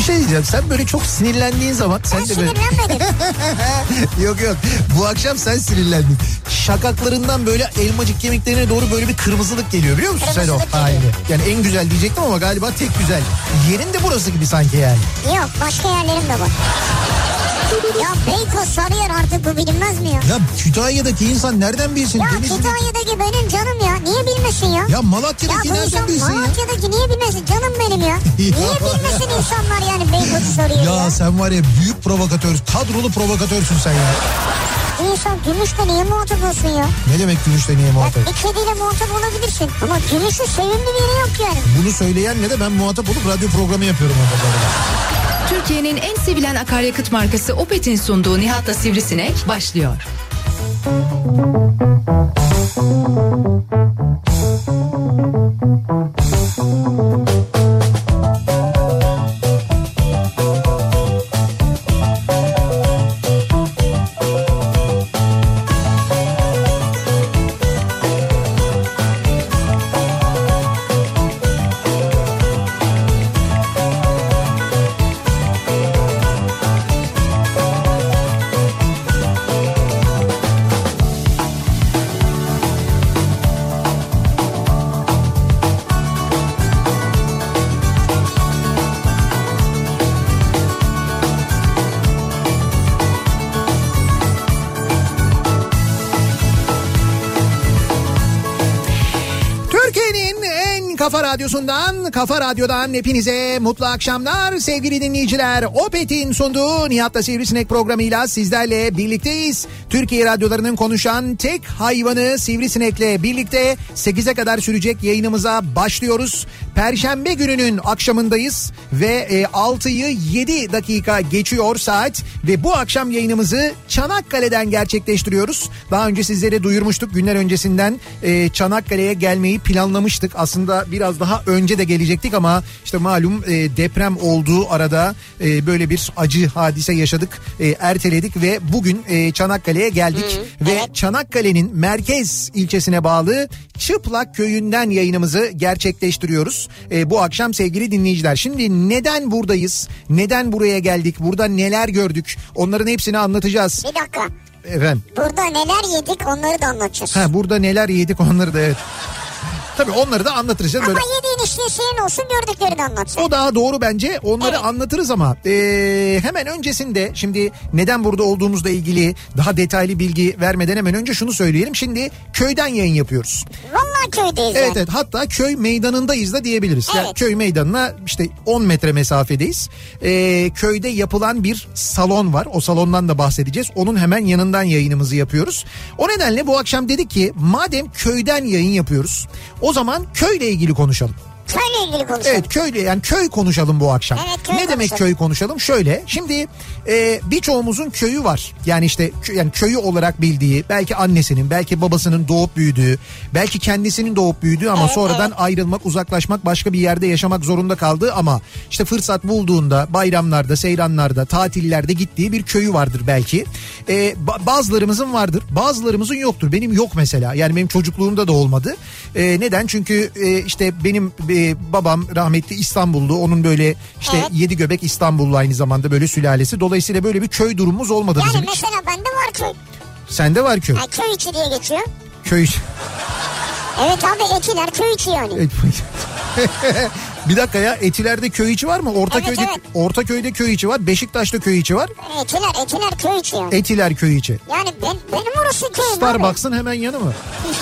şey diyeceğim. Sen böyle çok sinirlendiğin zaman... Ben sinirlenmedim. Yok. Bu akşam sen sinirlendin. Şakaklarından böyle elmacık kemiklerine doğru böyle bir kırmızılık geliyor, biliyor musun sen o halini? Yani en güzel diyecektim ama galiba tek güzel. Yerin de burası gibi sanki yani. Yok, başka yerlerim de var. Ya Beykoz, Sarıyer, artık bu bilinmez mi ya? Ya Kütahya'daki insan nereden bilsin? Ya Kütahya'daki benim canım ya. Niye bilmesin ya? Ya Malatya'daki nereden bilsin ya? Malatya'daki niye bilmesin? Canım benim ya. Niye bilmesin insanlar yani Beykoz'u soruyor ya? Ya sen var ya büyük provokatör, kadrolu provokatörsün sen ya. İnsan Gümüş'te niye muhatap olsun ya? Ne demek Gümüş'te niye muhatap? Bir kediyle muhatap olabilirsin. Ama Gümüş'ün sevimli bir yeri yok yani. Bunu söyleyenle de ben muhatap olup radyo programı yapıyorum orada. Türkiye'nin en sevilen akaryakıt markası Opet'in sunduğu Nihat'la Sivrisinek başlıyor. Kafa Radyosu'ndan, Kafa Radyo'dan hepinize mutlu akşamlar sevgili dinleyiciler. Opet'in sunduğu Nihat'la Sivrisinek programıyla sizlerle birlikteyiz. Türkiye radyolarının konuşan tek hayvanı Sivrisinek'le birlikte 8'e kadar sürecek yayınımıza başlıyoruz. Perşembe gününün akşamındayız ve 6'yı 7 dakika geçiyor saat ve bu akşam yayınımızı Çanakkale'den gerçekleştiriyoruz. Daha önce sizlere duyurmuştuk, günler öncesinden Çanakkale'ye gelmeyi planlamıştık. Aslında biraz daha önce de gelecektik ama işte malum deprem olduğu arada böyle bir acı hadise yaşadık, erteledik ve bugün Çanakkale'ye geldik. Ve Çanakkale'nin merkez ilçesine bağlı Çıplak Köyü'nden yayınımızı gerçekleştiriyoruz bu akşam sevgili dinleyiciler. Şimdi neden buradayız, neden buraya geldik, burada neler gördük, onların hepsini anlatacağız. Bir dakika. Efendim? Burada neler yedik onları da anlatacağız. Ha, burada neler yedik onları da, evet. Tabii onları da anlatırız. Ama böyle... yediğin işte senin olsun, gördüklerini anlatsın. O daha doğru bence, onları anlatırız ama hemen öncesinde şimdi neden burada olduğumuzla ilgili daha detaylı bilgi vermeden hemen önce şunu söyleyelim. Şimdi köyden yayın yapıyoruz. Vallahi köydeyiz evet, yani. Evet, hatta köy meydanındayız da diyebiliriz. Evet. Yani köy meydanına işte 10 metre mesafedeyiz. Köyde yapılan bir salon var, o salondan da bahsedeceğiz. Onun hemen yanından yayınımızı yapıyoruz. O nedenle bu akşam dedik ki madem köyden yayın yapıyoruz, o zaman köyle ilgili konuşalım. Köyle ilgili konuşalım. Evet, köyle, yani köy konuşalım bu akşam. Evet, köy ne demek köy konuşalım? Şöyle, şimdi birçoğumuzun köyü var. Yani işte yani köyü olarak bildiği, belki annesinin, belki babasının doğup büyüdüğü, belki kendisinin doğup büyüdüğü ama sonradan ayrılmak, uzaklaşmak, başka bir yerde yaşamak zorunda kaldığı ama işte fırsat bulduğunda bayramlarda, seyranlarda, tatillerde gittiği bir köyü vardır belki. Bazılarımızın vardır, bazılarımızın yoktur. Benim yok mesela. Yani benim çocukluğumda da olmadı. Neden? Çünkü işte benim babam rahmetli İstanbullu, onun böyle işte 7 göbek İstanbullu aynı zamanda, böyle sülalesi. Dolayısıyla böyle bir köy durumumuz olmadı yani bizim. Yani mesela bende var köy. Sende var köy. Yani köy içi diye geçiyor. Köy içi. Evet abi, Etiler köy içi yani. Bir dakika ya, Etiler'de köy içi var mı? Ortaköy'de köy içi var. Beşiktaş'ta köy içi var. Etiler köy içi yani. Etiler köy içi. Yani benim orası köyüm. Starbucks'ın hemen yanı mı?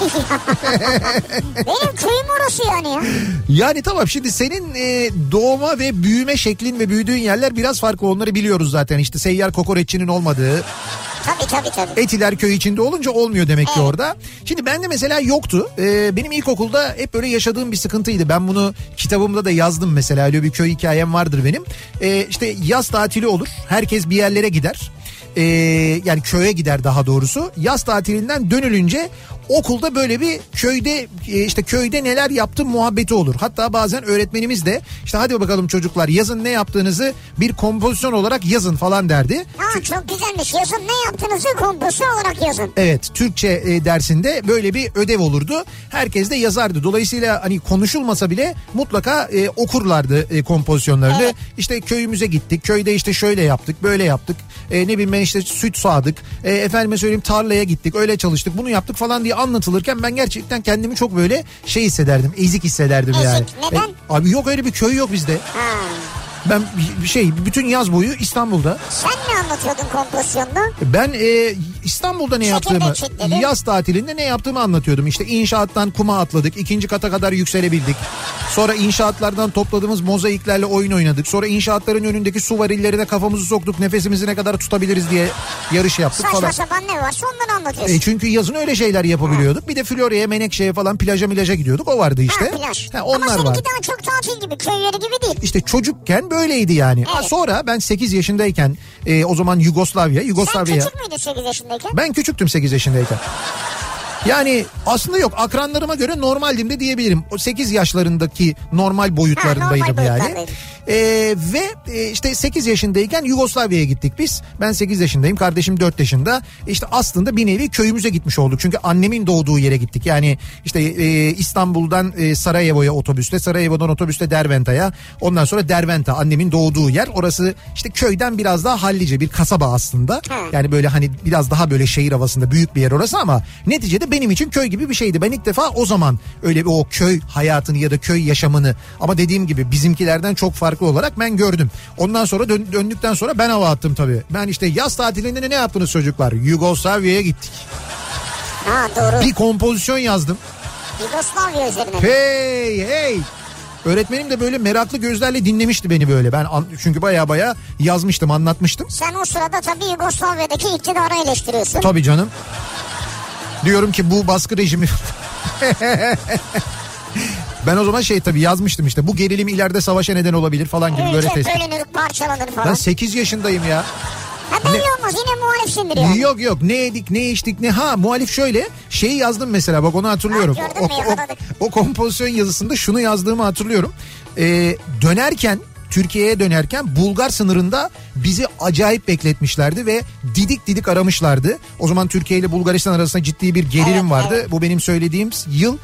Benim köyüm orası yani ya. Yani tamam, şimdi senin doğma ve büyüme şeklin ve büyüdüğün yerler biraz farklı, onları biliyoruz zaten. İşte seyyar kokoreççinin olmadığı. Tabii. Etiler köy içinde olunca olmuyor demek ki orada. Şimdi bende mesela yoktu. Benim ilkokulda hep böyle yaşadığım bir sıkıntıydı. Ben bunu kitabımda da yazdım mesela. Öyle bir köy hikayem vardır benim. İşte yaz tatili olur. Herkes bir yerlere gider. Yani köye gider daha doğrusu. Yaz tatilinden dönülünce okulda böyle bir köyde işte köyde neler yaptım muhabbeti olur. Hatta bazen öğretmenimiz de işte hadi bakalım çocuklar yazın ne yaptığınızı bir kompozisyon olarak yazın falan derdi. Ha, çok güzelmiş. Yazın ne yaptığınızı kompozisyon olarak yazın. Evet, Türkçe dersinde böyle bir ödev olurdu. Herkes de yazardı. Dolayısıyla hani konuşulmasa bile mutlaka okurlardı kompozisyonlarını. Evet. İşte köyümüze gittik. Köyde işte şöyle yaptık, böyle yaptık. Ne bileyim ben işte süt sağdık. Efendime söyleyeyim tarlaya gittik, öyle çalıştık, bunu yaptık falan diye anlatılırken ben gerçekten kendimi çok böyle şey hissederdim. Ezik hissederdim yani. Ezik, neden? Abi yok, öyle bir köy yok bizde. Ha. Ben bütün yaz boyu İstanbul'da. Sen ne anlatıyordun kompozisyonda? Ben İstanbul'da ne yaptığımı, yaz tatilinde ne yaptığımı anlatıyordum. İşte inşaattan kuma atladık, 2. kata kadar yükselebildik. Sonra inşaatlardan topladığımız mozaiklerle oyun oynadık. Sonra inşaatların önündeki su varillerine kafamızı soktuk, nefesimizi ne kadar tutabiliriz diye yarış yaptık falan. Saçma sapan ne varsa ondan anlatıyorsun. Çünkü yazın öyle şeyler yapabiliyorduk. Bir de Florya'ya, Menekşe'ye falan, plaja gidiyorduk, o vardı işte. Ha, plaj. Onlar ama seninki var. daha çok tatil gibi, köy yeri gibi değil. İşte çocukken böyleydi yani. Evet. Ha, sonra ben 8 yaşındayken o zaman Yugoslavya. Sen küçük müydün 8 yaşındayken? Ben küçüktüm 8 yaşındayken. Yani aslında yok, akranlarıma göre normaldim de diyebilirim. O 8 yaşlarındaki normal boyutlarındaydım yani. Ve işte 8 yaşındayken Yugoslavya'ya gittik biz. Ben 8 yaşındayım, kardeşim 4 yaşında. İşte aslında bir nevi köyümüze gitmiş olduk. Çünkü annemin doğduğu yere gittik. Yani işte İstanbul'dan Sarajevo'ya otobüsle, Sarajevo'dan otobüsle Derventa'ya. Ondan sonra Derventa annemin doğduğu yer. Orası işte köyden biraz daha hallice bir kasaba aslında. Yani böyle hani biraz daha böyle şehir havasında büyük bir yer orası ama neticede benim için köy gibi bir şeydi. Ben ilk defa o zaman öyle bir o köy hayatını ya da köy yaşamını, ama dediğim gibi bizimkilerden çok farklı olarak ben gördüm. Ondan sonra döndükten sonra ben hava attım tabii. Ben işte yaz tatilinde ne yaptınız çocuklar? Yugoslavya'ya gittik. Ha, doğru. Bir kompozisyon yazdım. Yugoslavya üzerine. Hey. Öğretmenim de böyle meraklı gözlerle dinlemişti beni böyle. Ben çünkü baya yazmıştım, anlatmıştım. Sen o sırada tabii Yugoslavya'daki iktidarı eleştiriyorsun. Tabii canım. Diyorum ki bu baskı rejimi... Ben o zaman tabii yazmıştım işte, bu gerilim ileride savaşa neden olabilir falan gibi böyle tespit. Bölünür, parçalanır falan. Ben 8 yaşındayım ya. Ha, belli olmaz, yine muhalifsindir yani. Yok ne yedik ne içtik ne, muhalif şöyle şeyi yazdım mesela, bak onu hatırlıyorum. O kompozisyon yazısında şunu yazdığımı hatırlıyorum. Türkiye'ye dönerken Bulgar sınırında bizi acayip bekletmişlerdi ve didik aramışlardı. O zaman Türkiye ile Bulgaristan arasında ciddi bir gerilim vardı. Evet. Bu benim söylediğim yıl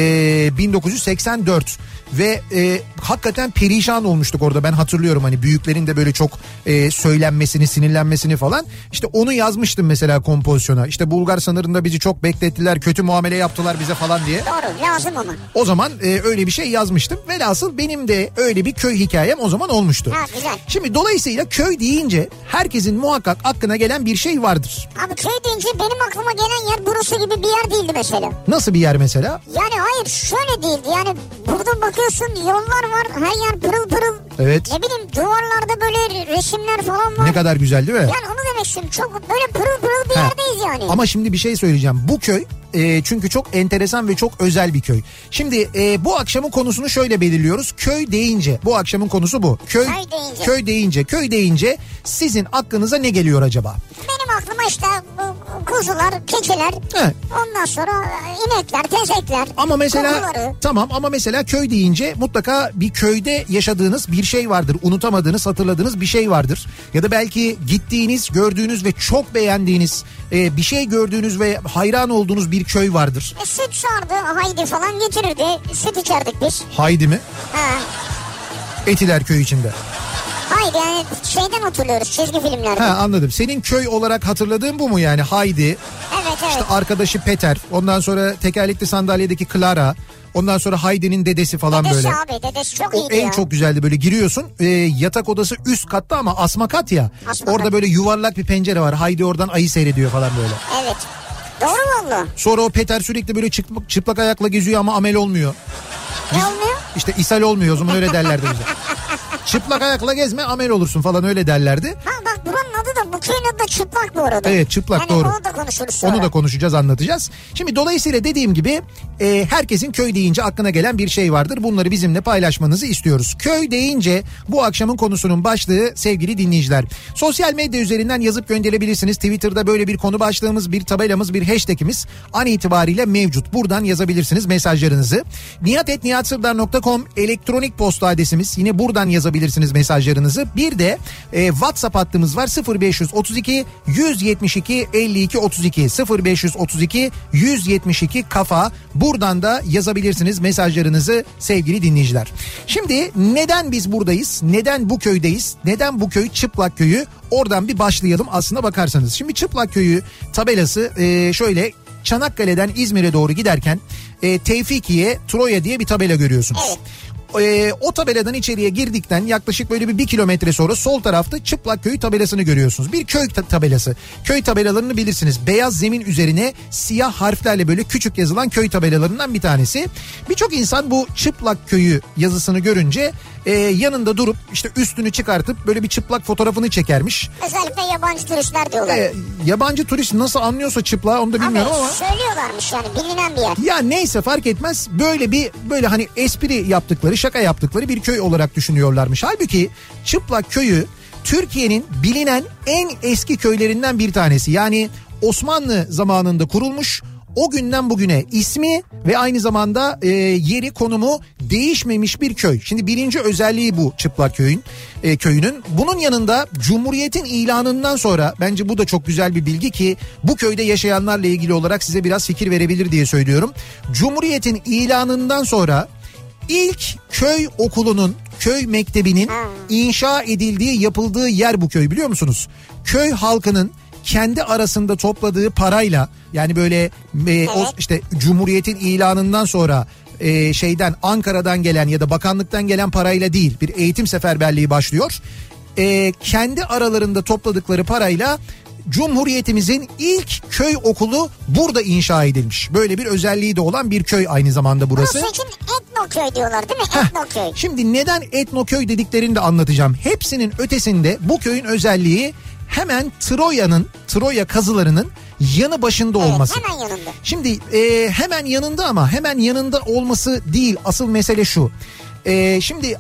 1984 ve hakikaten perişan olmuştuk orada, ben hatırlıyorum hani büyüklerin de böyle çok söylenmesini, sinirlenmesini falan. İşte onu yazmıştım mesela kompozisyona. İşte Bulgar sınırında bizi çok beklettiler, kötü muamele yaptılar bize falan diye. Doğru, lazım ama. O zaman öyle bir şey yazmıştım. Velhasıl benim de öyle bir köy hikayem o zaman olmuştu. Ha, güzel. Şimdi dolayısıyla köy deyince herkesin muhakkak aklına gelen bir şey vardır. Abi köy deyince benim aklıma gelen yer burası gibi bir yer değildi mesela. Nasıl bir yer mesela? Yani hayır, şöyle değildi yani, burada bakıyorsun yollar var, her yer pırıl pırıl. Evet. Ne bileyim, duvarlarda böyle resimler falan var. Ne kadar güzel değil mi? Yani onu demek istiyorum, çok böyle pırıl pırıl bir yerdeyiz yani. Ama şimdi bir şey söyleyeceğim, bu köy çünkü çok enteresan ve çok özel bir köy. Şimdi bu akşamın konusunu şöyle belirliyoruz. Köy deyince, bu akşamın konusu bu. Köy deyince sizin aklınıza ne geliyor acaba? Benim aklıma işte bu kuzular, keçiler, ondan sonra inekler, tezekler, ama mesela kokuları. Tamam, ama mesela köy deyince mutlaka bir köyde yaşadığınız bir şey vardır. Unutamadığınız, hatırladığınız bir şey vardır. Ya da belki gittiğiniz, gördüğünüz ve çok beğendiğiniz bir şey gördüğünüz ve hayran olduğunuz bir köy vardır. Süt sardı, Haydi falan getirirdi. Süt içerdik biz. Haydi mi? Ha. Etiler köy içinde. Haydi yani şeyden hatırlıyoruz, çizgi filmlerden. Anladım. Senin köy olarak hatırladığın bu mu yani? Haydi. Evet. İşte arkadaşı Peter. Ondan sonra tekerlekli sandalyedeki Clara. Ondan sonra Haydi'nin dedesi falan dedesi böyle. Dedesi çok iyiydi en çok güzeldi, böyle giriyorsun yatak odası üst katta ama asma kat ya. Orada böyle yuvarlak bir pencere var. Haydi oradan ayı seyrediyor falan böyle. Evet. Doğru valla. Sonra o Peter sürekli böyle çıplak ayakla geziyor ama amel olmuyor. Ne olmuyor? İşte ishal olmuyor, o zaman öyle derlerdi bize. Çıplak ayakla gezme, amel olursun falan, öyle derlerdi. Ha bak, buranın adı da bu köyün adı da Çıplak bu arada. Evet, Çıplak, yani doğru. Onu da konuşuruz sonra. Onu da konuşacağız, anlatacağız. Şimdi dolayısıyla dediğim gibi herkesin köy deyince aklına gelen bir şey vardır. Bunları bizimle paylaşmanızı istiyoruz. Köy deyince bu akşamın konusunun başlığı sevgili dinleyiciler. Sosyal medya üzerinden yazıp gönderebilirsiniz. Twitter'da böyle bir konu başlığımız, bir tabelamız, bir hashtagimiz an itibariyle mevcut. Buradan yazabilirsiniz mesajlarınızı. nihat@nihatsırdar.com elektronik posta adresimiz. Yine buradan yazabilirsiniz mesajlarınızı. Bir de WhatsApp hattımız var. 0532 172 52 32 0532 172 kafa. Buradan da yazabilirsiniz mesajlarınızı sevgili dinleyiciler. Şimdi neden biz buradayız? Neden bu köydeyiz? Neden bu köy Çıplak Köyü? Oradan bir başlayalım aslına bakarsanız. Şimdi Çıplak Köyü tabelası şöyle Çanakkale'den İzmir'e doğru giderken Tevfikiye Troya diye bir tabela görüyorsunuz. Evet. O tabeladan içeriye girdikten yaklaşık böyle bir kilometre sonra sol tarafta Çıplak Köyü tabelasını görüyorsunuz. Bir köy tabelası. Köy tabelalarını bilirsiniz. Beyaz zemin üzerine siyah harflerle böyle küçük yazılan köy tabelalarından bir tanesi. Birçok insan bu Çıplak Köyü yazısını görünce yanında durup işte üstünü çıkartıp böyle bir çıplak fotoğrafını çekermiş. Özellikle yabancı turistler diyorlar. Yabancı turist nasıl anlıyorsa çıplağı onu da bilmiyorum ama. Söylüyorlarmış yani, bilinen bir yer. Ya neyse, fark etmez, böyle hani espri yaptıkları, şaka yaptıkları bir köy olarak düşünüyorlarmış. Halbuki Çıplak Köyü Türkiye'nin bilinen en eski köylerinden bir tanesi. Yani Osmanlı zamanında kurulmuş. O günden bugüne ismi ve aynı zamanda yeri, konumu değişmemiş bir köy. Şimdi birinci özelliği bu Çıplak köyünün. Bunun yanında Cumhuriyet'in ilanından sonra, bence bu da çok güzel bir bilgi ki bu köyde yaşayanlarla ilgili olarak size biraz fikir verebilir diye söylüyorum. Cumhuriyet'in ilanından sonra ilk köy okulunun, köy mektebinin inşa edildiği, yapıldığı yer bu köy, biliyor musunuz? Köy halkının kendi arasında topladığı parayla, yani böyle o işte Cumhuriyet'in ilanından sonra Ankara'dan gelen ya da bakanlıktan gelen parayla değil, bir eğitim seferberliği başlıyor. Kendi aralarında topladıkları parayla Cumhuriyetimizin ilk köy okulu burada inşa edilmiş. Böyle bir özelliği de olan bir köy aynı zamanda burası. Burası için etnoköy diyorlar değil mi? Etnoköy. Şimdi neden etnoköy dediklerini de anlatacağım. Hepsinin ötesinde bu köyün özelliği hemen Troya kazılarının yanı başında olması. Hemen yanında. Şimdi hemen yanında, ama hemen yanında olması değil, asıl mesele şu. Şimdi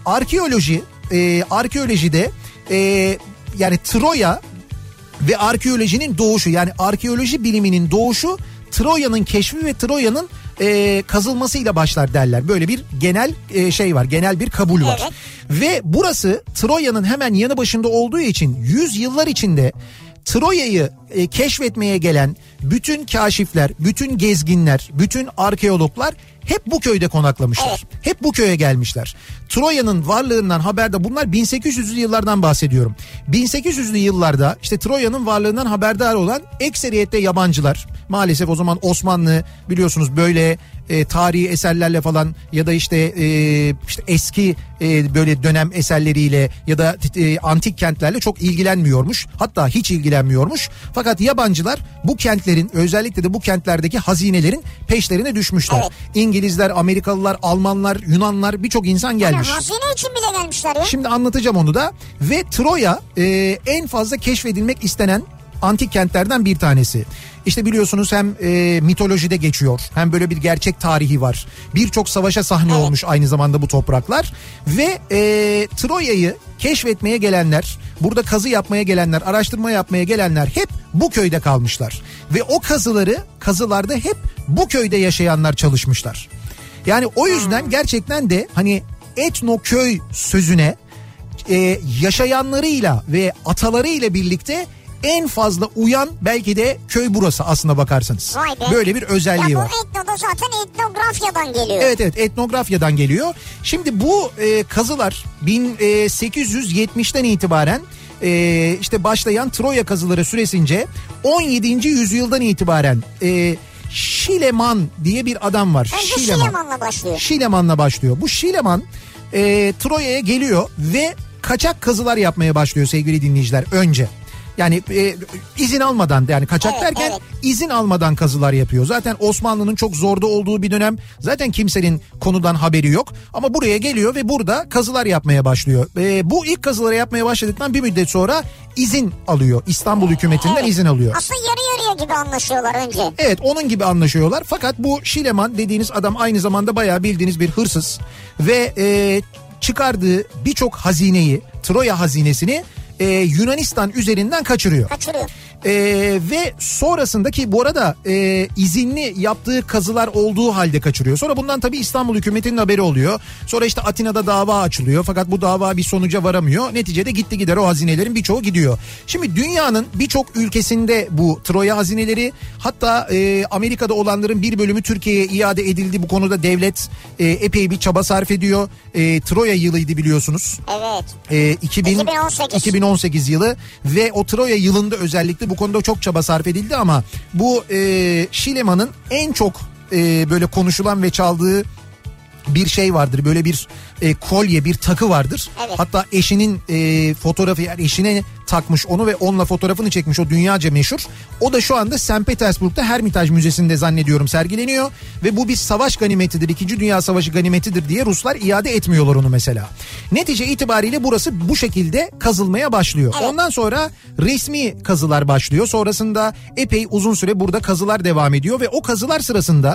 arkeolojide yani Troya ve arkeolojinin doğuşu, yani arkeoloji biliminin doğuşu Troya'nın keşfi ve Troya'nın kazılmasıyla başlar derler. Böyle bir genel var, genel bir kabul var. Evet. Ve burası Troya'nın hemen yanı başında olduğu için yüzyıllar içinde Troya'yı keşfetmeye gelen bütün kaşifler, bütün gezginler, bütün arkeologlar hep bu köyde konaklamışlar. Evet. Hep bu köye gelmişler. Troya'nın varlığından haberdar, bunlar 1800'lü yıllardan bahsediyorum. 1800'lü yıllarda işte Troya'nın varlığından haberdar olan ekseriyette yabancılar. Maalesef o zaman Osmanlı biliyorsunuz böyle tarihi eserlerle falan ya da işte eski böyle dönem eserleriyle ya da antik kentlerle çok ilgilenmiyormuş. Hatta hiç ilgilenmiyormuş. Fakat yabancılar bu kentlerin, özellikle de bu kentlerdeki hazinelerin peşlerine düşmüşler. Evet. İngilizler, Amerikalılar, Almanlar, Yunanlar, birçok insan gelmiş. Yani hazine için bile gelmişler ya. Şimdi anlatacağım onu da. Ve Troya en fazla keşfedilmek istenen antik kentlerden bir tanesi. İşte biliyorsunuz hem mitolojide geçiyor, hem böyle bir gerçek tarihi var. Birçok savaşa sahne olmuş aynı zamanda bu topraklar. Ve Troya'yı keşfetmeye gelenler, burada kazı yapmaya gelenler, araştırma yapmaya gelenler hep bu köyde kalmışlar. Ve o kazılarda hep bu köyde yaşayanlar çalışmışlar. Yani o yüzden gerçekten de hani etnoköy sözüne yaşayanlarıyla ve atalarıyla birlikte en fazla uyan belki de köy burası aslına bakarsanız. Böyle bir özelliği var. Bu etno da zaten etnografyadan geliyor. Evet, etnografyadan geliyor. Şimdi bu kazılar 1870'ten itibaren işte başlayan Troya kazıları süresince 17. yüzyıldan itibaren Şileman diye bir adam var. Önce Şileman'la başlıyor. Şileman'la başlıyor. Bu Şileman Troya'ya geliyor ve kaçak kazılar yapmaya başlıyor sevgili dinleyiciler önce. Yani izin almadan, yani kaçak Evet, derken evet. izin almadan kazılar yapıyor. Zaten Osmanlı'nın çok zorda olduğu bir dönem, zaten kimsenin konudan haberi yok. Ama buraya geliyor ve burada kazılar yapmaya başlıyor. Bu ilk kazıları yapmaya başladıktan bir müddet sonra izin alıyor. İstanbul hükümetinden izin alıyor. Aslında yarı yarıya gibi anlaşıyorlar önce. Evet, onun gibi anlaşıyorlar. Fakat bu Schliemann dediğiniz adam aynı zamanda bayağı bildiğiniz bir hırsız. Ve çıkardığı birçok hazineyi, Troya hazinesini Yunanistan üzerinden kaçırıyor. Ve sonrasındaki, bu arada izinli yaptığı kazılar olduğu halde kaçırıyor. Sonra bundan tabii İstanbul hükümetinin haberi oluyor. Sonra işte Atina'da dava açılıyor. Fakat bu dava bir sonuca varamıyor. Neticede gitti gider o hazinelerin birçoğu gidiyor. Şimdi dünyanın birçok ülkesinde bu Troya hazineleri, hatta Amerika'da olanların bir bölümü Türkiye'ye iade edildi. Bu konuda devlet epey bir çaba sarf ediyor. Troya yılıydı biliyorsunuz. Evet. 2018 yılı ve o Troya yılında özellikle bu konuda çok çaba sarf edildi ama bu Schliemann'ın en çok böyle konuşulan ve çaldığı bir şey vardır. Böyle bir kolye, bir takı vardır. Evet. Hatta eşinin fotoğrafı, yani eşine takmış onu ve onunla fotoğrafını çekmiş, o dünyaca meşhur. O da şu anda St. Petersburg'da Hermitage Müzesi'nde zannediyorum sergileniyor ve bu bir savaş ganimetidir, 2. Dünya Savaşı ganimetidir diye Ruslar iade etmiyorlar onu mesela. Netice itibariyle burası bu şekilde kazılmaya başlıyor. Evet. Ondan sonra resmi kazılar başlıyor. Sonrasında epey uzun süre burada kazılar devam ediyor ve o kazılar sırasında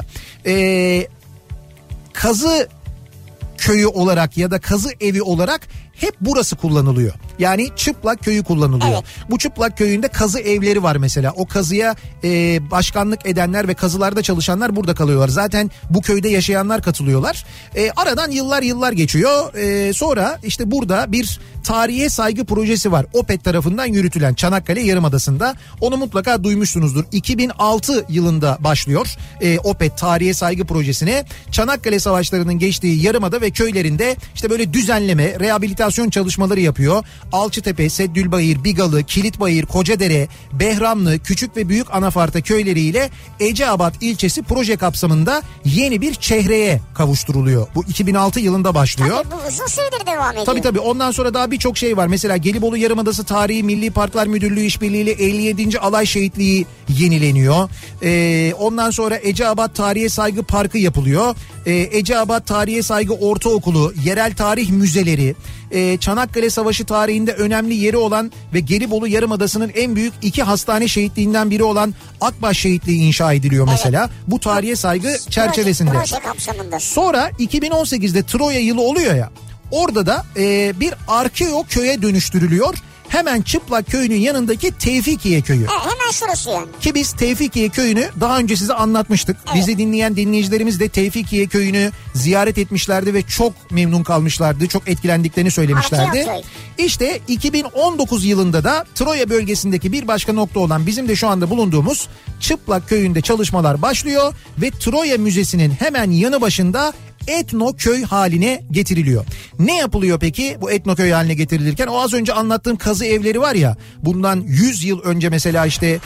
kazı köyü olarak ya da kazı evi olarak hep burası kullanılıyor. Yani Çıplak Köyü kullanılıyor. Evet. Bu Çıplak Köyü'nde kazı evleri var mesela. O kazıya başkanlık edenler ve kazılarda çalışanlar burada kalıyorlar. Zaten bu köyde yaşayanlar katılıyorlar. Aradan yıllar geçiyor. Sonra işte burada bir tarihe saygı projesi var. OPET tarafından yürütülen Çanakkale Yarımadası'nda. Onu mutlaka duymuşsunuzdur. 2006 yılında başlıyor OPET tarihe saygı projesine. Çanakkale Savaşları'nın geçtiği Yarımada ve köylerinde işte böyle düzenleme, rehabilitasyon çalışmaları yapıyor. Alçıtepe, Seddülbayır, Bigalı, Kilitbayır, Kocadere, Behramlı, Küçük ve Büyük Anafarta köyleriyle Eceabat ilçesi proje kapsamında yeni bir çehreye kavuşturuluyor. Bu 2006 yılında başlıyor. Tabii bu uzun süredir devam ediyor. Tabii ondan sonra daha birçok şey var. Mesela Gelibolu Yarımadası Tarihi Milli Parklar Müdürlüğü işbirliğiyle 57. Alay Şehitliği yenileniyor. Ondan sonra Eceabat Tarihe Saygı Parkı yapılıyor. Eceabat Tarihe Saygı Ortaokulu, yerel tarih müzeleri, Çanakkale Savaşı tarihinde önemli yeri olan ve Gelibolu Yarımadası'nın en büyük 2 hastane şehitliğinden biri olan Akbaş Şehitliği inşa ediliyor mesela. Evet. Bu tarihe saygı çerçevesinde. Proje kapsamında. Sonra 2018'de Troya yılı oluyor ya, orada da bir arkeo köye dönüştürülüyor. Hemen Çıplak Köyü'nün yanındaki Tevfikiye Köyü. Hemen şurası yani. Ki biz Tevfikiye Köyü'nü daha önce size anlatmıştık. Evet. Bizi dinleyen dinleyicilerimiz de Tevfikiye Köyü'nü ziyaret etmişlerdi ve çok memnun kalmışlardı. Çok etkilendiklerini söylemişlerdi. İşte 2019 yılında da Troya bölgesindeki bir başka nokta olan bizim de şu anda bulunduğumuz Çıplak Köyü'nde çalışmalar başlıyor ve Troya Müzesi'nin hemen yanı başında etnoköy haline getiriliyor. Ne yapılıyor peki bu etnoköy haline getirilirken? O az önce anlattığım kazı evleri var ya, bundan 100 yıl önce mesela işte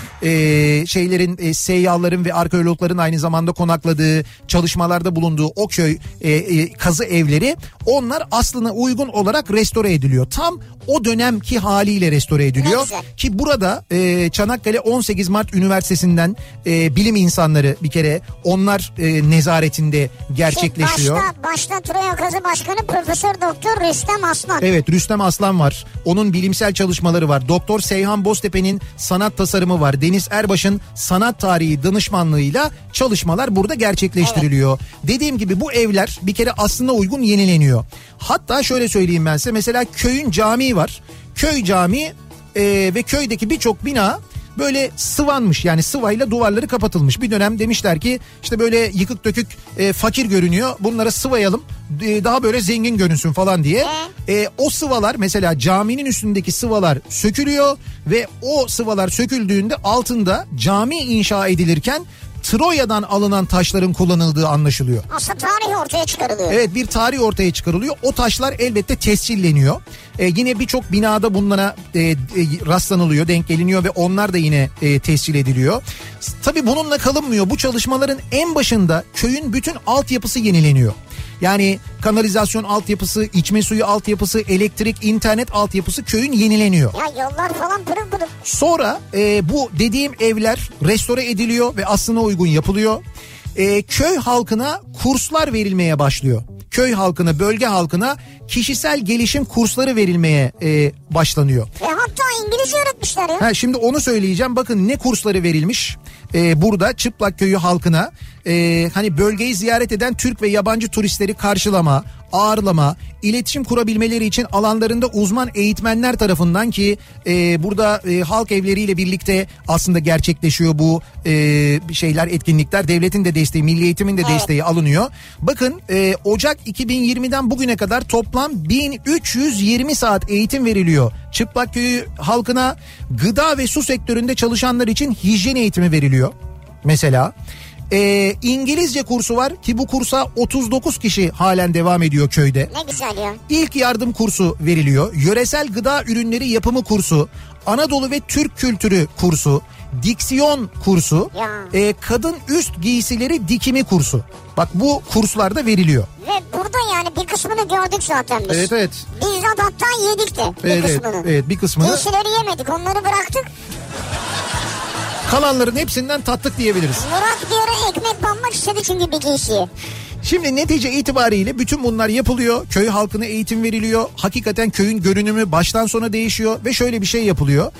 seyyahların ve arkeologların aynı zamanda konakladığı, çalışmalarda bulunduğu o köy kazı evleri, onlar aslına uygun olarak restore ediliyor. Tam o dönemki haliyle restore ediliyor. Ki burada Çanakkale 18 Mart Üniversitesi'nden bilim insanları, bir kere onlar nezaretinde gerçekleşiyor. Başta Troya Kazı Başkanı Profesör Doktor Rüstem Aslan. Evet, Rüstem Aslan var. Onun bilimsel çalışmaları var. Doktor Seyhan Boztepe'nin sanat tasarımı var. Deniz Erbaş'ın sanat tarihi danışmanlığıyla çalışmalar burada gerçekleştiriliyor. Evet. Dediğim gibi bu evler bir kere aslına uygun yenileniyor. Hatta şöyle söyleyeyim ben size, mesela köyün camii var. Köy camii ve köydeki birçok bina böyle sıvanmış, yani sıvayla duvarları kapatılmış. Bir dönem demişler ki işte böyle yıkık dökük fakir görünüyor, bunlara sıvayalım daha böyle zengin görünsün falan diye. O sıvalar, mesela caminin üstündeki sıvalar sökülüyor ve o sıvalar söküldüğünde altında cami inşa edilirken Troya'dan alınan taşların kullanıldığı anlaşılıyor. Aslında tarih ortaya çıkarılıyor. Evet, bir tarih ortaya çıkarılıyor. O taşlar elbette tescilleniyor. Yine birçok binada bunlara rastlanılıyor, denk geliniyor ve onlar da yine tescil ediliyor. Tabii bununla kalınmıyor. Bu çalışmaların en başında köyün bütün altyapısı yenileniyor. Yani kanalizasyon altyapısı, içme suyu altyapısı, elektrik, internet altyapısı köyün yenileniyor. Ya yollar falan pırıl pırıl. Sonra bu dediğim evler restore ediliyor ve aslına uygun yapılıyor. Köy halkına kurslar verilmeye başlıyor. Köy halkına, bölge halkına kişisel gelişim kursları verilmeye başlanıyor. Hatta İngilizce öğretmişler ya. Şimdi onu söyleyeceğim. Bakın ne kursları verilmiş burada Çıplak Köyü halkına. Hani bölgeyi ziyaret eden Türk ve yabancı turistleri karşılama, ağırlama, iletişim kurabilmeleri için alanlarında uzman eğitmenler tarafından ki burada halk evleriyle birlikte aslında gerçekleşiyor bu şeyler, etkinlikler. Devletin de desteği, Milli Eğitim'in de desteği alınıyor. Bakın Ocak 2020'den bugüne kadar toplam 1320 saat eğitim veriliyor. Çıplak Köyü halkına gıda ve su sektöründe çalışanlar için hijyen eğitimi veriliyor. Mesela İngilizce kursu var ki bu kursa 39 kişi halen devam ediyor köyde. Ne güzel ya. İlk yardım kursu veriliyor. Yöresel gıda ürünleri yapımı kursu, Anadolu ve Türk kültürü kursu, diksiyon kursu, kadın üst giysileri dikimi kursu. Bak bu kurslarda veriliyor. Ve burada yani bir kısmını gördük zaten biz. Evet. Bizzat hatta yedik de bir kısmını. Evet, bir kısmını. Giysileri yemedik, onları bıraktık. Kalanların hepsinden tattık diyebiliriz. Murat bir ara ekmek banmak istedi çünkü bir giysiye. Şimdi netice itibariyle bütün bunlar yapılıyor. Köy halkına eğitim veriliyor. Hakikaten köyün görünümü baştan sona değişiyor. Ve şöyle bir şey yapılıyor.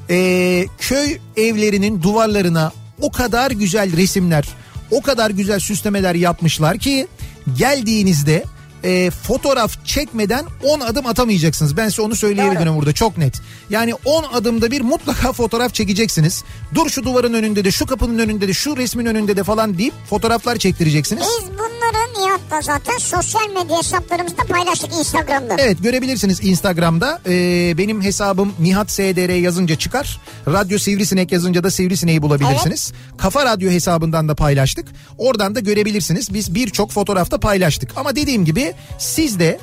Köy evlerinin duvarlarına o kadar güzel resimler, o kadar güzel süslemeler yapmışlar ki geldiğinizde fotoğraf çekmeden 10 adım atamayacaksınız. Ben size onu söyleyebilirim burada çok net. Yani 10 adımda bir mutlaka fotoğraf çekeceksiniz. Dur şu duvarın önünde de, şu kapının önünde de, şu resmin önünde de falan deyip fotoğraflar çektireceksiniz. Biz bunları Nihat'la zaten sosyal medya hesaplarımızda paylaştık Instagram'da. Evet, görebilirsiniz Instagram'da. Benim hesabım Nihat SDR yazınca çıkar. Radyo Sivrisinek yazınca da Sivrisineği bulabilirsiniz. Evet. Kafa Radyo hesabından da paylaştık. Oradan da görebilirsiniz. Biz birçok fotoğrafta paylaştık. Ama dediğim gibi siz de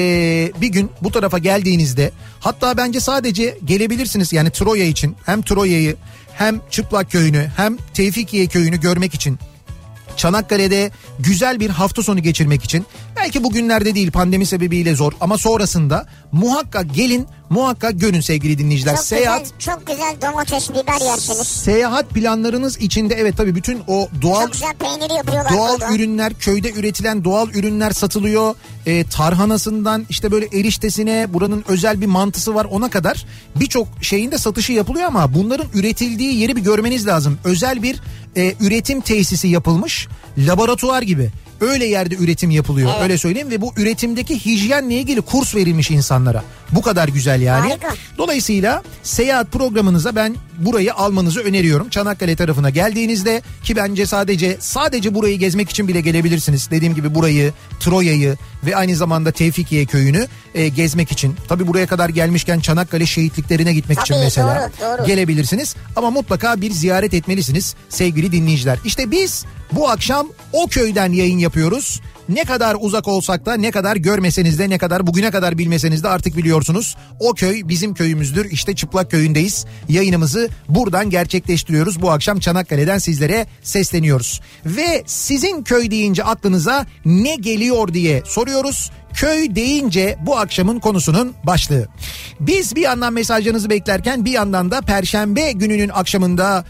bir gün bu tarafa geldiğinizde, hatta bence sadece gelebilirsiniz yani Troya için, hem Troya'yı hem Çıplak Köyü'nü hem Tevfikiye Köyü'nü görmek için, Çanakkale'de güzel bir hafta sonu geçirmek için, belki bugünlerde değil, pandemi sebebiyle zor ama sonrasında muhakkak gelin, muhakkak görün sevgili dinleyiciler. Çok güzel domates, biber yersiniz. Seyahat planlarınız içinde evet tabii bütün o doğal, çok güzel peyniri yapıyorlar. Doğal ürünler, köyde üretilen doğal ürünler satılıyor. Tarhanasından işte böyle eriştesine, buranın özel bir mantısı var, ona kadar birçok şeyin de satışı yapılıyor ama bunların üretildiği yeri bir görmeniz lazım. Özel bir üretim tesisi yapılmış, laboratuvar gibi. Öyle yerde üretim yapılıyor, evet. Öyle söyleyeyim, ve bu üretimdeki hijyenle ilgili kurs verilmiş insanlara. Bu kadar güzel yani. Harika. Dolayısıyla seyahat programınıza ben burayı almanızı öneriyorum. Çanakkale tarafına geldiğinizde, ki bence sadece burayı gezmek için bile gelebilirsiniz. Dediğim gibi burayı, Troya'yı ve aynı zamanda Tevfikiye Köyü'nü gezmek için. Tabii buraya kadar gelmişken Çanakkale şehitliklerine gitmek için mesela doğru. Gelebilirsiniz. Ama mutlaka bir ziyaret etmelisiniz sevgili dinleyiciler. İşte biz bu akşam o köyden yayın yapıyoruz. Ne kadar uzak olsak da, ne kadar görmeseniz de, ne kadar bugüne kadar bilmeseniz de artık biliyorsunuz. O köy bizim köyümüzdür. İşte Çıplak Köyü'ndeyiz. Yayınımızı buradan gerçekleştiriyoruz. Bu akşam Çanakkale'den sizlere sesleniyoruz. Ve sizin köy deyince aklınıza ne geliyor diye soruyoruz. Köy deyince bu akşamın konusunun başlığı. Biz bir yandan mesajlarınızı beklerken bir yandan da Perşembe gününün akşamında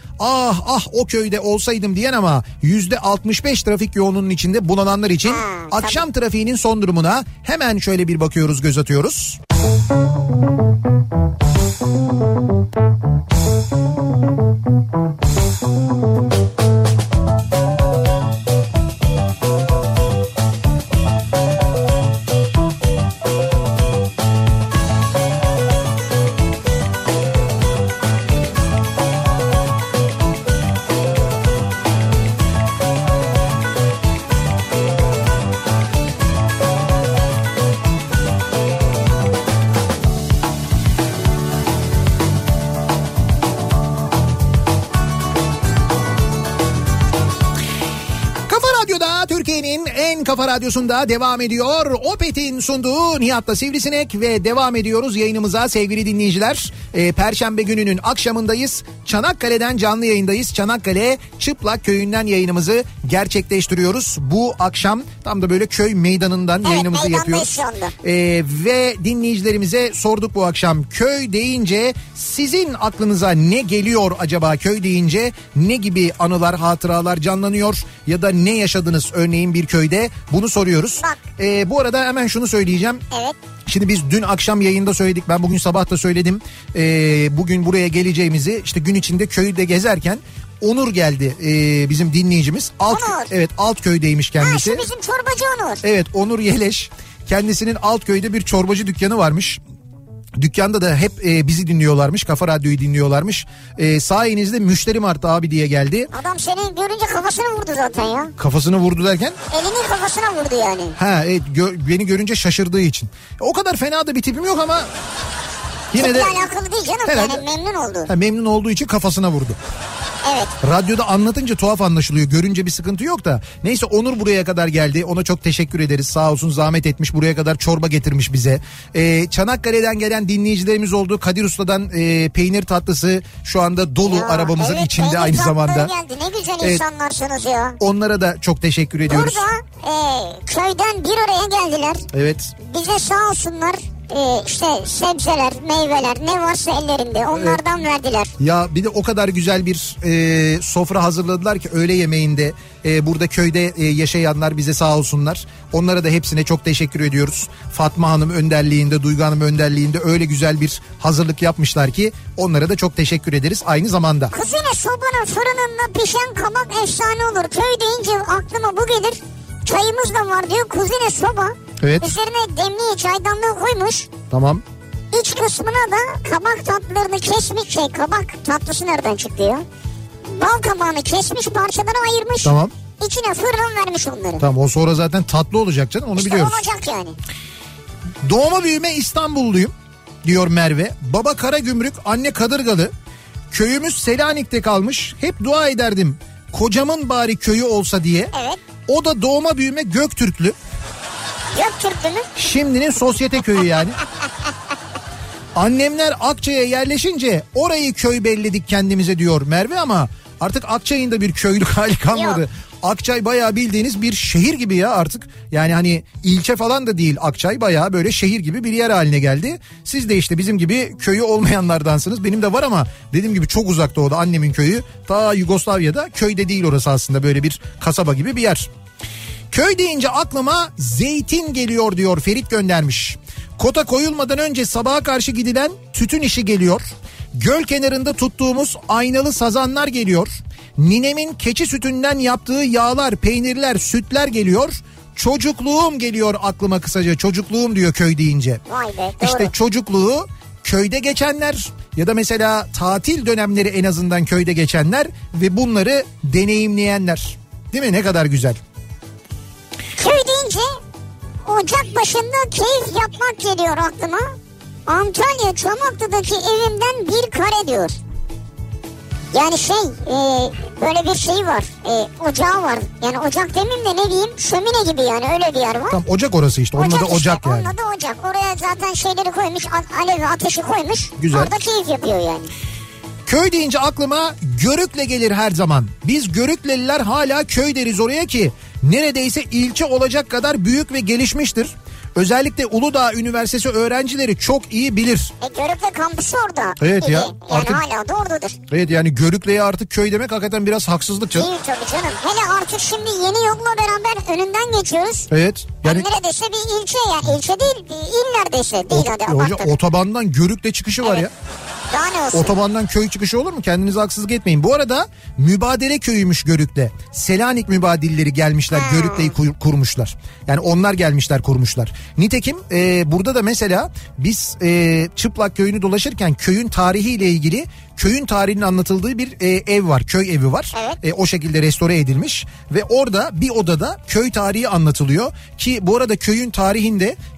o köyde olsaydım diyen ama %65 trafik yoğunluğunun içinde bulunanlar için akşam trafiğinin son durumuna hemen şöyle bir bakıyoruz, göz atıyoruz. Kafa Radyosu'nda devam ediyor. Opet'in sunduğu Nihat'la Sivrisinek ve devam ediyoruz yayınımıza sevgili dinleyiciler. Perşembe gününün akşamındayız. Çanakkale'den canlı yayındayız. Çanakkale Çıplak Köyü'nden yayınımızı gerçekleştiriyoruz. Bu akşam tam da böyle köy meydanından yayınımızı yapıyoruz. Ve dinleyicilerimize sorduk bu akşam. Köy deyince sizin aklınıza ne geliyor acaba? Köy deyince ne gibi anılar, hatıralar canlanıyor? Ya da ne yaşadınız örneğin bir köyde? Bunu soruyoruz. Bu arada hemen şunu söyleyeceğim. Evet. Şimdi biz dün akşam yayında söyledik. Ben bugün sabah da söyledim. Bugün buraya geleceğimizi, işte gün içinde köyde gezerken Onur geldi, bizim dinleyicimiz. Onur. Evet, Altköy'deymiş kendisi. Ha, şu bizim çorbacı Onur. Evet, Onur Yeleş. Kendisinin Altköy'de bir çorbacı dükkanı varmış. Dükkanda da hep bizi dinliyorlarmış. Kafa Radyo'yu dinliyorlarmış. Sayenizde müşterim arttı abi diye geldi. Adam seni görünce kafasını vurdu zaten ya. Kafasını vurdu derken? Elini kafasına vurdu yani. Ha, evet, beni görünce şaşırdığı için. O kadar fena da bir tipim yok ama yine de alakalı değil canım. herhalde, yani memnun oldu. Memnun olduğu için kafasına vurdu. Evet. Radyoda anlatınca tuhaf anlaşılıyor. Görünce bir sıkıntı yok da. Neyse, Onur buraya kadar geldi. Ona çok teşekkür ederiz. Sağ olsun, zahmet etmiş. Buraya kadar çorba getirmiş bize. Çanakkale'den gelen dinleyicilerimiz oldu. Kadir Usta'dan peynir tatlısı şu anda dolu ya, arabamızın içinde aynı zamanda. Geldi. Ne güzel insanlarsınız ya. Onlara da çok teşekkür ediyoruz. Burada köyden bir araya geldiler. Evet. Bize sağ olsunlar. İşte sebzeler, meyveler ne varsa ellerinde onlardan verdiler. Ya bir de o kadar güzel bir sofra hazırladılar ki öğle yemeğinde burada köyde yaşayanlar bize sağ olsunlar. Onlara da hepsine çok teşekkür ediyoruz. Fatma Hanım önderliğinde, Duygu Hanım önderliğinde öyle güzel bir hazırlık yapmışlar ki onlara da çok teşekkür ederiz aynı zamanda. Kuzine sobanın fırınında pişen kabak efsane olur. Köy deyince aklıma bu gelir. Çayımız da var diyor. Kuzine soba. Evet. Üzerine demliği çaydanlığı koymuş. Tamam. İç kısmına da kabak tatlılarını kesmiş. Kabak tatlısı nereden çıktı ya? Bal kabağını kesmiş, parçalara ayırmış. Tamam. İçine fırın vermiş onları. Tamam, o sonra zaten tatlı olacak canım, onu biliyoruz. İşte olacak yani. Doğma büyüme İstanbulluyum diyor Merve. Baba Karagümrük, anne Kadırgalı. Köyümüz Selanik'te kalmış. Hep dua ederdim kocamın bari köyü olsa diye. Evet. O da doğma büyüme Göktürklü. Göktürklü mü? Şimdinin sosyete köyü yani. Annemler Akçay'a yerleşince orayı köy belledik kendimize diyor Merve, ama artık Akçay'ın da bir köylük hali kalmadı. Yok. Akçay bayağı bildiğiniz bir şehir gibi ya artık. Yani hani ilçe falan da değil Akçay, bayağı böyle şehir gibi bir yer haline geldi. Siz de işte bizim gibi köyü olmayanlardansınız. Benim de var ama dediğim gibi çok uzakta o da, annemin köyü. Ta Yugoslavya'da, köyde değil orası aslında, böyle bir kasaba gibi bir yer. Köy deyince aklıma zeytin geliyor diyor Ferit göndermiş. Kota koyulmadan önce sabaha karşı gidilen tütün işi geliyor. Göl kenarında tuttuğumuz aynalı sazanlar geliyor. Ninemin keçi sütünden yaptığı yağlar, peynirler, sütler geliyor. Çocukluğum geliyor aklıma, kısaca çocukluğum diyor köy deyince. Vay be, doğru. İşte çocukluğu köyde geçenler ya da mesela tatil dönemleri en azından köyde geçenler ve bunları deneyimleyenler. Değil mi? Ne kadar güzel. Köy deyince ocak başında keyif yapmak geliyor aklıma. Antalya Çomaklı'daki evimden bir kare diyor. Yani böyle bir şey var. Ocağı var. Yani ocak demeyeyim de ne diyeyim, şömine gibi yani, öyle bir yer var. Tam ocak orası işte. Onun adı ocak yani. Onun adı ocak. Oraya zaten şeyleri koymuş, alevi ateşi koymuş. Güzel. Orada keyif yapıyor yani. Köy deyince aklıma Görükle gelir her zaman. Biz Görükleliler hala köy deriz oraya ki neredeyse ilçe olacak kadar büyük ve gelişmiştir. Özellikle Uludağ Üniversitesi öğrencileri çok iyi bilir. Görükle kampüsü orada. Evet ya. Yani artık, hala da oradadır. Evet yani Görükle'ye artık köy demek hakikaten biraz haksızlık canım. Değil tabii canım. Hele artık şimdi yeni yolla beraber önünden geçiyoruz. Evet. Yani neredeyse bir ilçe yani. İlçe değil, il neredeyse. Değil hadi abarttık. Otobandan Görükle çıkışı var ya. Daha ne olsun? Otobandan köy çıkışı olur mu? Kendinize haksızlık etmeyin. Bu arada mübadele köyüymüş Görükle. Selanik mübadilleri gelmişler, Görükle'yi kurmuşlar. Yani onlar gelmişler, kurmuşlar. Nitekim burada da mesela biz Çıplak Köyü'nü dolaşırken köyün tarihiyle ilgili, köyün tarihinin anlatıldığı bir ev var. Köy evi var. Evet. O şekilde restore edilmiş ve orada bir odada köy tarihi anlatılıyor ki bu arada köyün tarihinde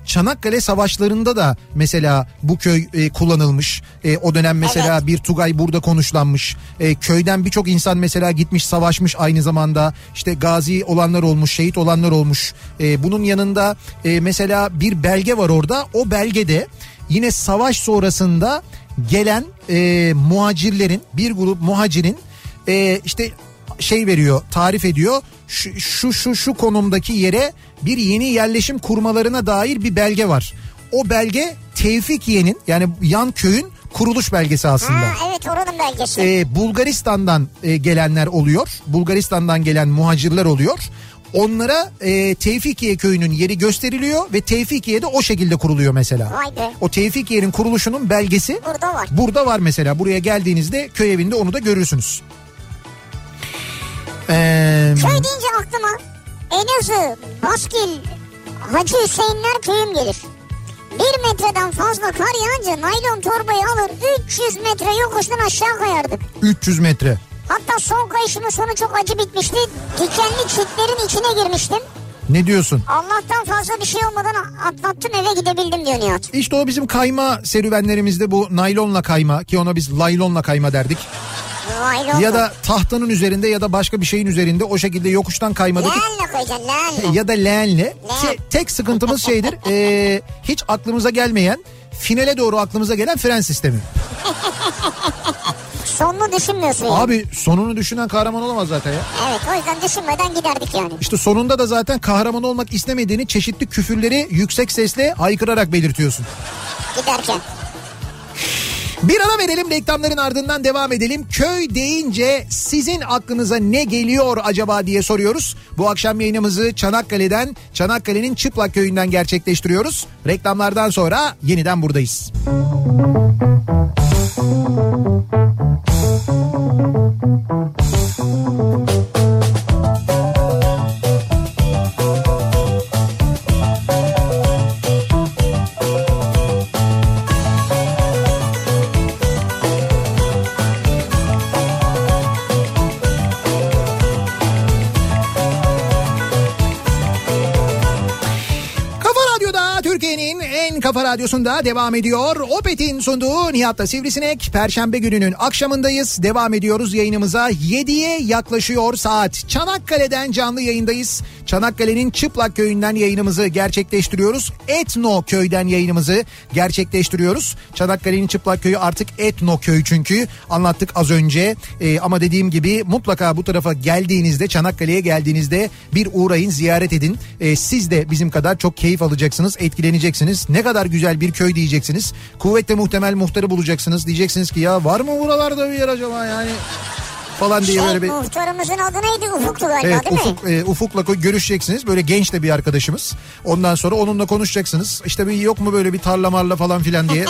Çanakkale savaşlarında da mesela bu köy kullanılmış. O dönem mesela bir Tugay burada konuşlanmış. Köyden birçok insan mesela gitmiş, savaşmış aynı zamanda. İşte gazi olanlar olmuş, şehit olanlar olmuş. Bunun yanında mesela bir belge var orada. O belgede yine savaş sonrasında gelen muhacirlerin, bir grup muhacirin işte şey veriyor, tarif ediyor. Şu konumdaki yere bir yeni yerleşim kurmalarına dair bir belge var. O belge Tevfikiye'nin, yani yan köyün kuruluş belgesi aslında. Evet, oranın belgesi. Bulgaristan'dan gelenler oluyor. Bulgaristan'dan gelen muhacirler oluyor. Onlara Tevfikiye köyünün yeri gösteriliyor ve Tevfikiye'de o şekilde kuruluyor mesela. Vay be. O Tevfikiye'nin kuruluşunun belgesi burada var. Burada var mesela. Buraya geldiğinizde köy evinde onu da görürsünüz. Köy deyince aklıma Elazığ, Baskil, Hacı Hüseyinler köyüm gelir. 1 metreden fazla kar yağınca naylon torbayı alır 300 metre yokuştan aşağı kayardık. 300 metre. Hatta son kayışımın sonu çok acı bitmişti. Dikenli çitlerin içine girmiştim. Ne diyorsun? Allah'tan fazla bir şey olmadan atlattım, eve gidebildim diyor Nihat. İşte o bizim kayma serüvenlerimizde bu naylonla kayma, ki ona biz laylonla kayma derdik. Naylon ya da tahtanın üzerinde ya da başka bir şeyin üzerinde o şekilde yokuştan kaymadaki... Leğenle koyacaksın, leğenle. Ya da leğenle. Tek sıkıntımız şeydir, hiç aklımıza gelmeyen, finale doğru aklımıza gelen fren sistemi. Sonunu düşünmüyorsun yani. Abi sonunu düşünen kahraman olamaz zaten ya. Evet, o yüzden düşünmeden giderdik yani. İşte sonunda da zaten kahraman olmak istemediğini çeşitli küfürleri yüksek sesle haykırarak belirtiyorsun. Giderken. Bir ara verelim, reklamların ardından devam edelim. Köy deyince sizin aklınıza ne geliyor acaba diye soruyoruz. Bu akşam yayınımızı Çanakkale'den, Çanakkale'nin Çıplak Köyü'nden gerçekleştiriyoruz. Reklamlardan sonra yeniden buradayız. Kafa Radyosu'nda devam ediyor. Opet'in sunduğu Nihat'la Sivrisinek. Perşembe gününün akşamındayız. Devam ediyoruz yayınımıza. 7'ye yaklaşıyor saat. Çanakkale'den canlı yayındayız. Çanakkale'nin Çıplak Köyü'nden yayınımızı gerçekleştiriyoruz. Etno Köy'den yayınımızı gerçekleştiriyoruz. Çanakkale'nin Çıplak Köyü artık Etno Köy çünkü. Anlattık az önce. Ama dediğim gibi mutlaka bu tarafa geldiğinizde, Çanakkale'ye geldiğinizde bir uğrayın, ziyaret edin. Siz de bizim kadar çok keyif alacaksınız, etkileneceksiniz. Ne kadar güzel bir köy diyeceksiniz. Kuvvetle muhtemel muhtarı bulacaksınız. Diyeceksiniz ki ya var mı buralarda bir yer acaba yani falan diye böyle bir... Muhtarımızın adı neydi? Ufuk'tu galiba, evet, değil mi? Ufuk'la görüşeceksiniz. Böyle genç de bir arkadaşımız. Ondan sonra onunla konuşacaksınız. İşte bir yok mu böyle bir tarla marla falan filan diye.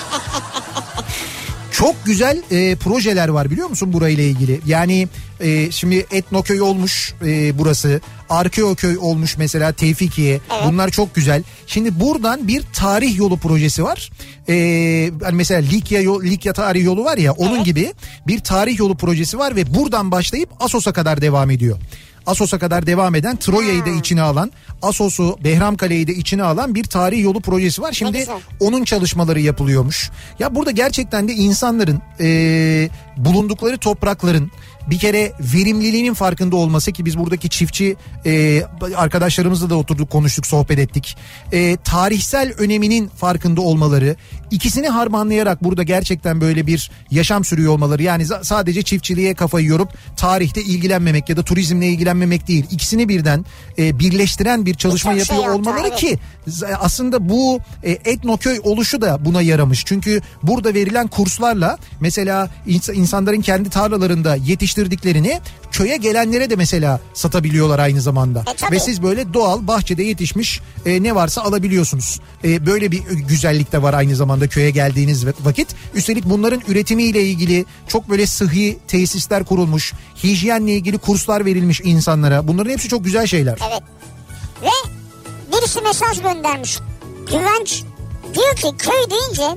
Çok güzel projeler var biliyor musun burayla ilgili? Yani şimdi Etnoköy olmuş burası. Arkeoköy olmuş mesela, Tevfikiye. Evet. Bunlar çok güzel. Şimdi buradan bir tarih yolu projesi var. Hani mesela Likya tarih yolu var ya, onun gibi bir tarih yolu projesi var ve buradan başlayıp Assos'a kadar devam ediyor. Assos'a kadar devam eden, Troya'yı da içine alan, Assos'u, Behramkale'yi de içine alan bir tarih yolu projesi var. Şimdi onun çalışmaları yapılıyormuş. Ya burada gerçekten de insanların bulundukları toprakların bir kere verimliliğinin farkında olması, ki biz buradaki çiftçi arkadaşlarımızla da oturduk, konuştuk, sohbet ettik. Tarihsel öneminin farkında olmaları, ikisini harmanlayarak burada gerçekten böyle bir yaşam sürüyor olmaları. Yani sadece çiftçiliğe kafayı yorup tarihte ilgilenmemek ya da turizmle ilgilenmemek değil. İkisini birden birleştiren bir çalışma yapıyor olmaları ki aslında bu Etnoköy oluşu da buna yaramış. Çünkü burada verilen kurslarla mesela insanların kendi tarlalarında yetiştirdiklerini köye gelenlere de mesela satabiliyorlar aynı zamanda. Ve siz böyle doğal bahçede yetişmiş ne varsa alabiliyorsunuz. Böyle bir güzellik de var aynı zamanda köye geldiğiniz vakit. Üstelik bunların üretimiyle ilgili çok böyle sıhhi tesisler kurulmuş. Hijyenle ilgili kurslar verilmiş insanlara. Bunların hepsi çok güzel şeyler. Evet. Ve birisi mesaj göndermiş. Güvenç diyor ki köy deyince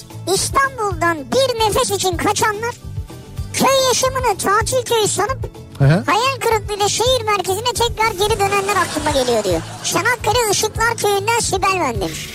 İstanbul'dan bir nefes için kaçanlar köy yaşamını tatil köyü sanıp Hı hı. Hayal kırıklığıyla şehir merkezine tekrar geri dönenler aklıma geliyor diyor. Çanakkale Işıklar Köyü'nden Sibel ben demiş.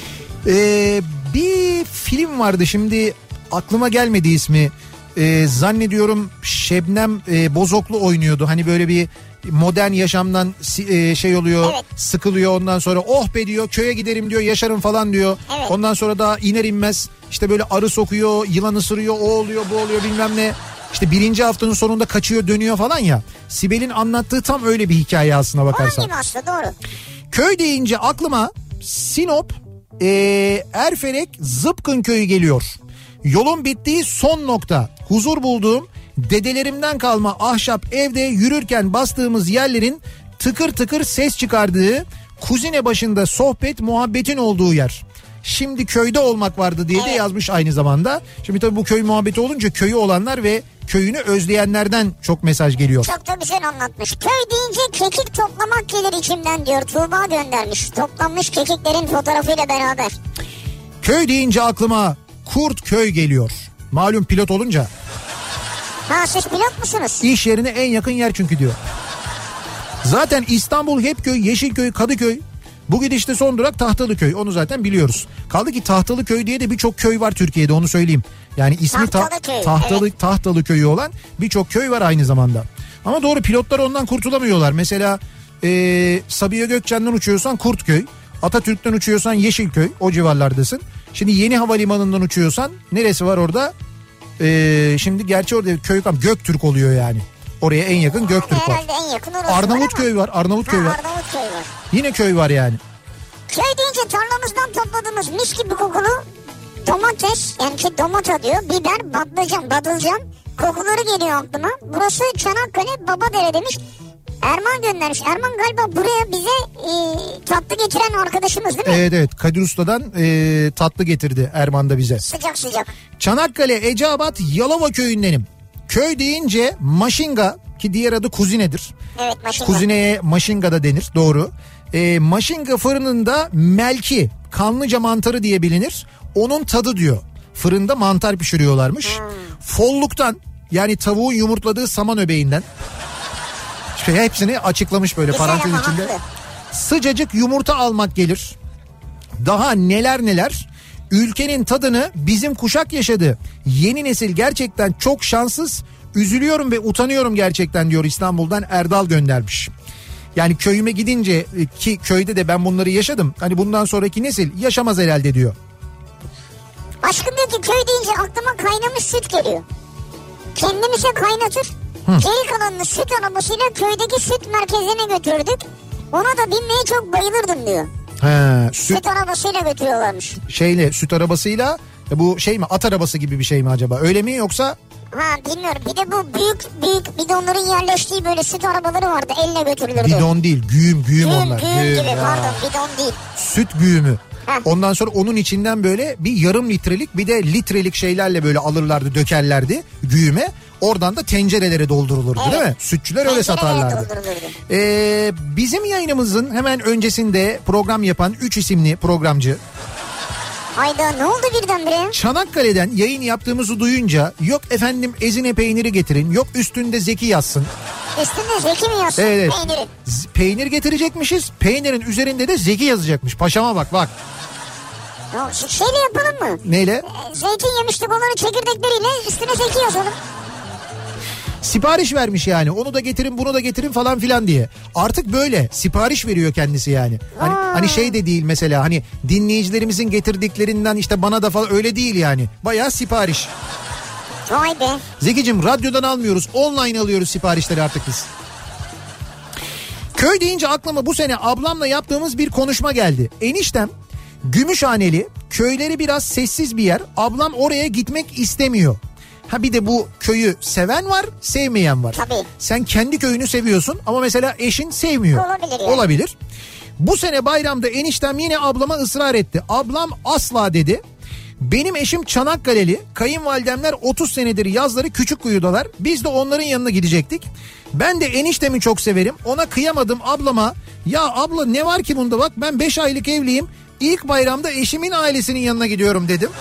Bir film vardı şimdi aklıma gelmedi ismi. Zannediyorum Şebnem Bozoklu oynuyordu. Hani böyle bir modern yaşamdan şey oluyor, evet. Sıkılıyor, ondan sonra oh be diyor, köye giderim diyor, yaşarım falan diyor. Evet. Ondan sonra da iner inmez işte böyle arı sokuyor, yılan ısırıyor, o oluyor bu oluyor bilmem ne. İşte birinci haftanın sonunda kaçıyor dönüyor falan ya. Sibel'in anlattığı tam öyle bir hikaye aslına bakarsan. Onun gibi aslında, doğru. Köy deyince aklıma Sinop Erfelek Zıpkın köyü geliyor. Yolun bittiği son nokta. Huzur bulduğum, dedelerimden kalma ahşap evde yürürken bastığımız yerlerin tıkır tıkır ses çıkardığı, kuzine başında sohbet muhabbetin olduğu yer. Şimdi köyde olmak vardı diye de yazmış aynı zamanda. Şimdi tabii bu köy muhabbeti olunca köyü olanlar ve köyünü özleyenlerden çok mesaj geliyor. Çok da güzel anlatmış. Köy deyince kekik toplamak gelir içimden diyor. Tuğba göndermiş. Toplanmış kekiklerin fotoğrafıyla beraber. Köy deyince aklıma Kurtköy geliyor. Malum pilot olunca. Ha, siz pilot musunuz? İş yerine en yakın yer çünkü diyor. Zaten İstanbul hep köy, Yeşilköy, Kadıköy. Bu gidişte son durak Tahtalıköy. Onu zaten biliyoruz. Kaldı ki Tahtalıköy diye de birçok köy var Türkiye'de, onu söyleyeyim. Yani ismi Tahtalıköy olan birçok köy var aynı zamanda. Ama doğru, pilotlar ondan kurtulamıyorlar. Mesela Sabiha Gökçen'den uçuyorsan Kurtköy, Atatürk'ten uçuyorsan Yeşilköy, o civarlardasın. Şimdi Yeni Havalimanı'ndan uçuyorsan neresi var orada? Şimdi gerçi orada köy Göktürk oluyor yani. Oraya en yakın Göktürk var. Herhalde en yakın orası. Arnavutköy var. Arnavutköy var. Yine köy var yani. Köy deyince tarlamızdan topladığımız mis gibi kokulu domates, yani domata diyor, biber, badılcan kokuları geliyor aklıma. Burası Çanakkale Babadere demiş. Erman göndermiş. Erman galiba buraya bize tatlı getiren arkadaşımız değil mi? Evet. Kadir Usta'dan tatlı getirdi Erman da bize. Sıcak sıcak. Çanakkale Eceabat Yalova köyündenim. Köy deyince maşinga, ki diğer adı kuzinedir. Evet, maşinga. Kuzineye maşinga da denir, doğru. Maşinga fırınında melki, kanlıca mantarı diye bilinir. Onun tadı diyor. Fırında mantar pişiriyorlarmış. Folluktan, yani tavuğun yumurtladığı saman öbeğinden. Hepsini açıklamış böyle parantez içinde. Sıcacık yumurta almak gelir. Daha neler neler. Ülkenin tadını bizim kuşak yaşadı. Yeni nesil gerçekten çok şanssız. Üzülüyorum ve utanıyorum gerçekten diyor, İstanbul'dan Erdal göndermiş. Yani köyüme gidince, ki köyde de ben bunları yaşadım. Hani bundan sonraki nesil yaşamaz herhalde diyor. Aşkım diyor ki köy deyince aklıma kaynamış süt geliyor. Kendimize kaynatır. Geri kalanını süt arabasıyla köydeki süt merkezine götürdük. Ona da binmeye çok bayılırdım diyor. Süt arabasıyla götürüyorlarmış. Süt arabasıyla, bu mi, at arabası gibi bir şey mi acaba? Öyle mi yoksa? Bilmiyorum. Bir de bu büyük bidonların yerleştiği böyle süt arabaları vardı. Elle götürülürdü. Bidon değil, güğüm onlar. Güğüm gibi, pardon, bidon değil. Süt güğümü. Ondan sonra onun içinden böyle bir yarım litrelik, bir de litrelik şeylerle böyle alırlardı, dökerlerdi güğüme. Oradan da tencerelere doldurulurdu, değil mi? Sütçüler öyle satarlardı. Bizim yayınımızın hemen öncesinde program yapan 3 isimli programcı. Hayda, ne oldu birdenbire? Çanakkale'den yayın yaptığımızı duyunca, yok efendim Ezine peyniri getirin, yok üstünde Zeki yazsın. Üstünde Zeki mi yazsın? Evet. Peyniri. Peynir getirecekmişiz. Peynirin üzerinde de Zeki yazacakmış. Paşama bak. Şeyle yapalım mı? Neyle? Zeytin yemiştik, onların çekirdekleriyle üstüne Zeki yazalım. Sipariş vermiş yani, onu da getirin bunu da getirin falan filan diye. Artık böyle sipariş veriyor kendisi yani. Hani şey de değil mesela, hani dinleyicilerimizin getirdiklerinden işte bana da falan, öyle değil yani. Bayağı sipariş. Vay be. Zekicim, radyodan almıyoruz, online alıyoruz siparişleri artık biz. Köy deyince aklıma bu sene ablamla yaptığımız bir konuşma geldi. Eniştem Gümüşhaneli, köyleri biraz sessiz bir yer. Ablam oraya gitmek istemiyor. Bir de bu köyü seven var, sevmeyen var. Tabii. Sen kendi köyünü seviyorsun ama mesela eşin sevmiyor. Olabilir yani. Olabilir. Bu sene bayramda eniştem yine ablama ısrar etti. Ablam asla dedi. Benim eşim Çanakkale'li, kayınvalidemler 30 senedir yazları Küçükkuyu'dalar. Biz de onların yanına gidecektik. Ben de eniştemi çok severim. Ona kıyamadım ablama. Ya abla, ne var ki bunda, bak ben 5 aylık evliyim. İlk bayramda eşimin ailesinin yanına gidiyorum dedim.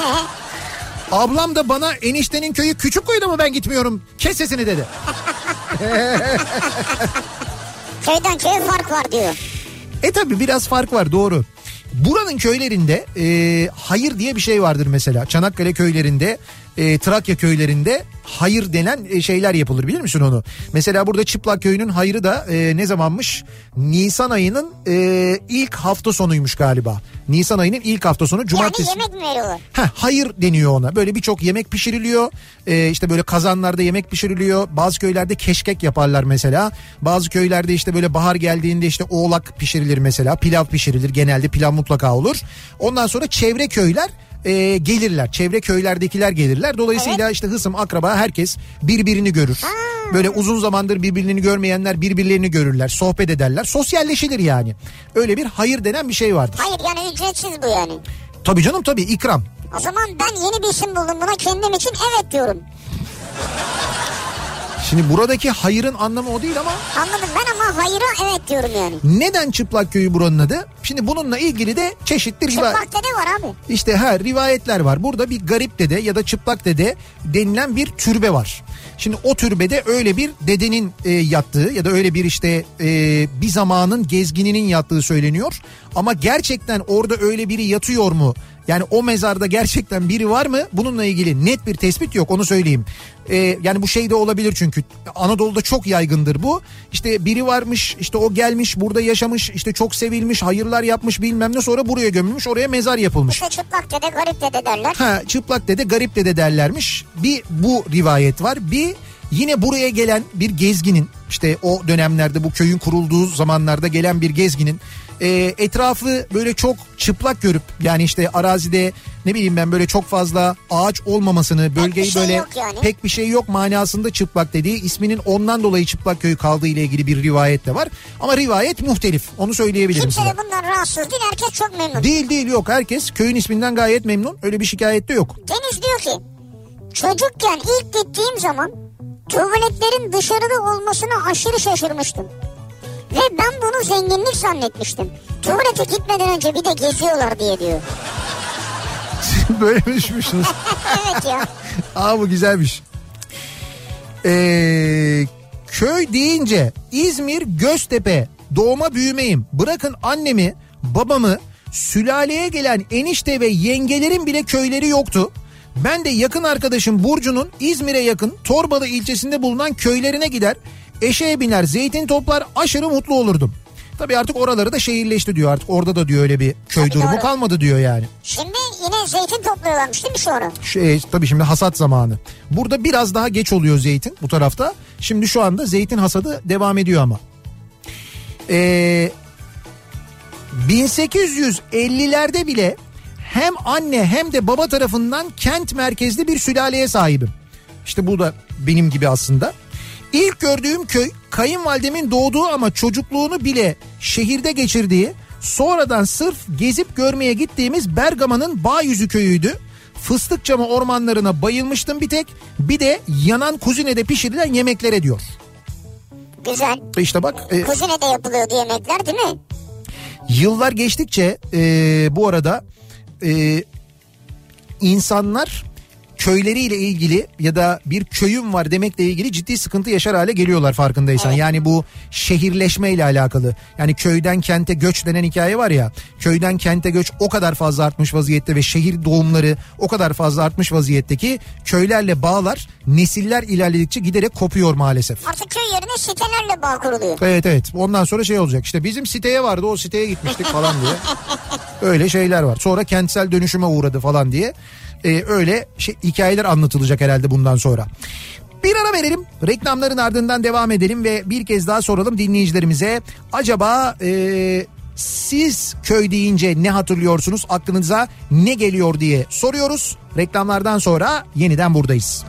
Ablam da bana eniştenin köyü Küçükkuyu'da mı, ben gitmiyorum, kes sesini dedi. Köyden köye fark var diyor. Tabii biraz fark var, doğru. Buranın köylerinde hayır diye bir şey vardır mesela. Çanakkale köylerinde, Trakya köylerinde hayır denen şeyler yapılır, bilir misin onu? Mesela burada Çıplak Köyü'nün hayırı da ne zamanmış? Nisan ayının ilk hafta sonuymuş galiba. Nisan ayının ilk hafta sonu cumartesi. Yani yemek mi veriyorlar? Hayır deniyor ona. Böyle birçok yemek pişiriliyor. İşte böyle kazanlarda yemek pişiriliyor. Bazı köylerde keşkek yaparlar mesela. Bazı köylerde işte böyle bahar geldiğinde işte oğlak pişirilir mesela. Pilav pişirilir. Genelde pilav mutlaka olur. Ondan sonra çevre köyler gelirler. Çevre köylerdekiler gelirler. Dolayısıyla işte hısım, akraba, herkes birbirini görür. Böyle uzun zamandır birbirini görmeyenler birbirlerini görürler. Sohbet ederler. Sosyalleşilir yani. Öyle bir hayır denen bir şey vardır. Hayır yani ücretsiz bu yani. Tabii canım, tabii, ikram. O zaman ben yeni bir isim buldum buna, kendim için evet diyorum. Şimdi buradaki hayırın anlamı o değil ama. Anladım ben ama hayıra evet diyorum yani. Neden Çıplak Köyü buranın adı? Şimdi bununla ilgili de çeşitli Çıplak dede var abi. İşte rivayetler var. Burada bir garip dede ya da çıplak dede denilen bir türbe var. Şimdi o türbede öyle bir dedenin yattığı ya da öyle bir işte bir zamanın gezgininin yattığı söyleniyor. Ama gerçekten orada öyle biri yatıyor mu? Yani o mezarda gerçekten biri var mı? Bununla ilgili net bir tespit yok, onu söyleyeyim. Yani bu şey de olabilir çünkü Anadolu'da çok yaygındır bu. İşte biri varmış, işte o gelmiş, burada yaşamış, işte çok sevilmiş, hayırlar yapmış bilmem ne, sonra buraya gömülmüş, oraya mezar yapılmış. İşte çıplak dede, garip dede derler. Çıplak dede, garip dede derlermiş. Bir bu rivayet var. Bir yine buraya gelen bir gezginin, işte o dönemlerde bu köyün kurulduğu zamanlarda gelen bir gezginin etrafı böyle çok çıplak görüp, yani işte arazide ne bileyim ben böyle çok fazla ağaç olmamasını, bölgeyi şey böyle yani. Pek bir şey yok manasında çıplak dediği, isminin ondan dolayı Çıplak Köy kaldığı ile ilgili bir rivayet de var. Ama rivayet muhtelif, onu söyleyebilirim Kimse size. de bundan rahatsız değil, herkes çok memnun. Değil yok, herkes köyün isminden gayet memnun, öyle bir şikayet de yok. Deniz diyor ki çocukken ilk gittiğim zaman tuvaletlerin dışarıda olmasına aşırı şaşırmıştım. Ve ben bunu zenginlik zannetmiştim. Tuvalete gitmeden önce bir de geziyorlar diye diyor. Böyle mi düşünmüşsünüz? Evet ya. Bu güzelmiş. Köy deyince İzmir Göztepe doğma büyümeyim. Bırakın annemi, babamı, sülaleye gelen enişte ve yengelerin bile köyleri yoktu. Ben de yakın arkadaşım Burcu'nun İzmir'e yakın Torbalı ilçesinde bulunan köylerine gider, eşeğe biner, zeytin toplar, aşırı mutlu olurdum. Tabii artık oraları da şehirleşti diyor, artık orada da diyor öyle bir köy Tabii durumu doğru. kalmadı diyor yani. Şimdi yine zeytin topluyorlarmış değil mi sonra? Tabii şimdi hasat zamanı. Burada biraz daha geç oluyor zeytin bu tarafta. Şimdi şu anda zeytin hasadı devam ediyor ama. 1850'lerde bile hem anne hem de baba tarafından kent merkezli bir sülaleye sahibim. İşte bu da benim gibi aslında. İlk gördüğüm köy kayınvalidemin doğduğu ama çocukluğunu bile şehirde geçirdiği, sonradan sırf gezip görmeye gittiğimiz Bergama'nın Bağyüzü köyüydü. Fıstıkçamı ormanlarına bayılmıştım bir tek. Bir de yanan kuzinede pişirilen yemeklere diyor. Güzel. İşte bak. Kuzinede yapılıyordu yemekler değil mi? Yıllar geçtikçe bu arada insanlar köyleriyle ilgili ya da bir köyüm var demekle ilgili ciddi sıkıntı yaşar hale geliyorlar, farkındaysan. Evet. Yani bu şehirleşmeyle alakalı. Yani köyden kente göç denen hikaye var ya. Köyden kente göç o kadar fazla artmış vaziyette ve şehir doğumları o kadar fazla artmış vaziyette ki köylerle bağlar nesiller ilerledikçe giderek kopuyor maalesef. Artık köy yerine sitelerle bağ kuruluyor. Evet. Ondan sonra şey olacak, işte bizim siteye vardı, o siteye gitmiştik falan diye. Öyle şeyler var. Sonra kentsel dönüşüme uğradı falan diye. Öyle hikayeler anlatılacak herhalde bundan sonra. Bir ara verelim, reklamların ardından devam edelim ve bir kez daha soralım dinleyicilerimize. Acaba siz köy deyince ne hatırlıyorsunuz, aklınıza ne geliyor diye soruyoruz. Reklamlardan sonra yeniden buradayız.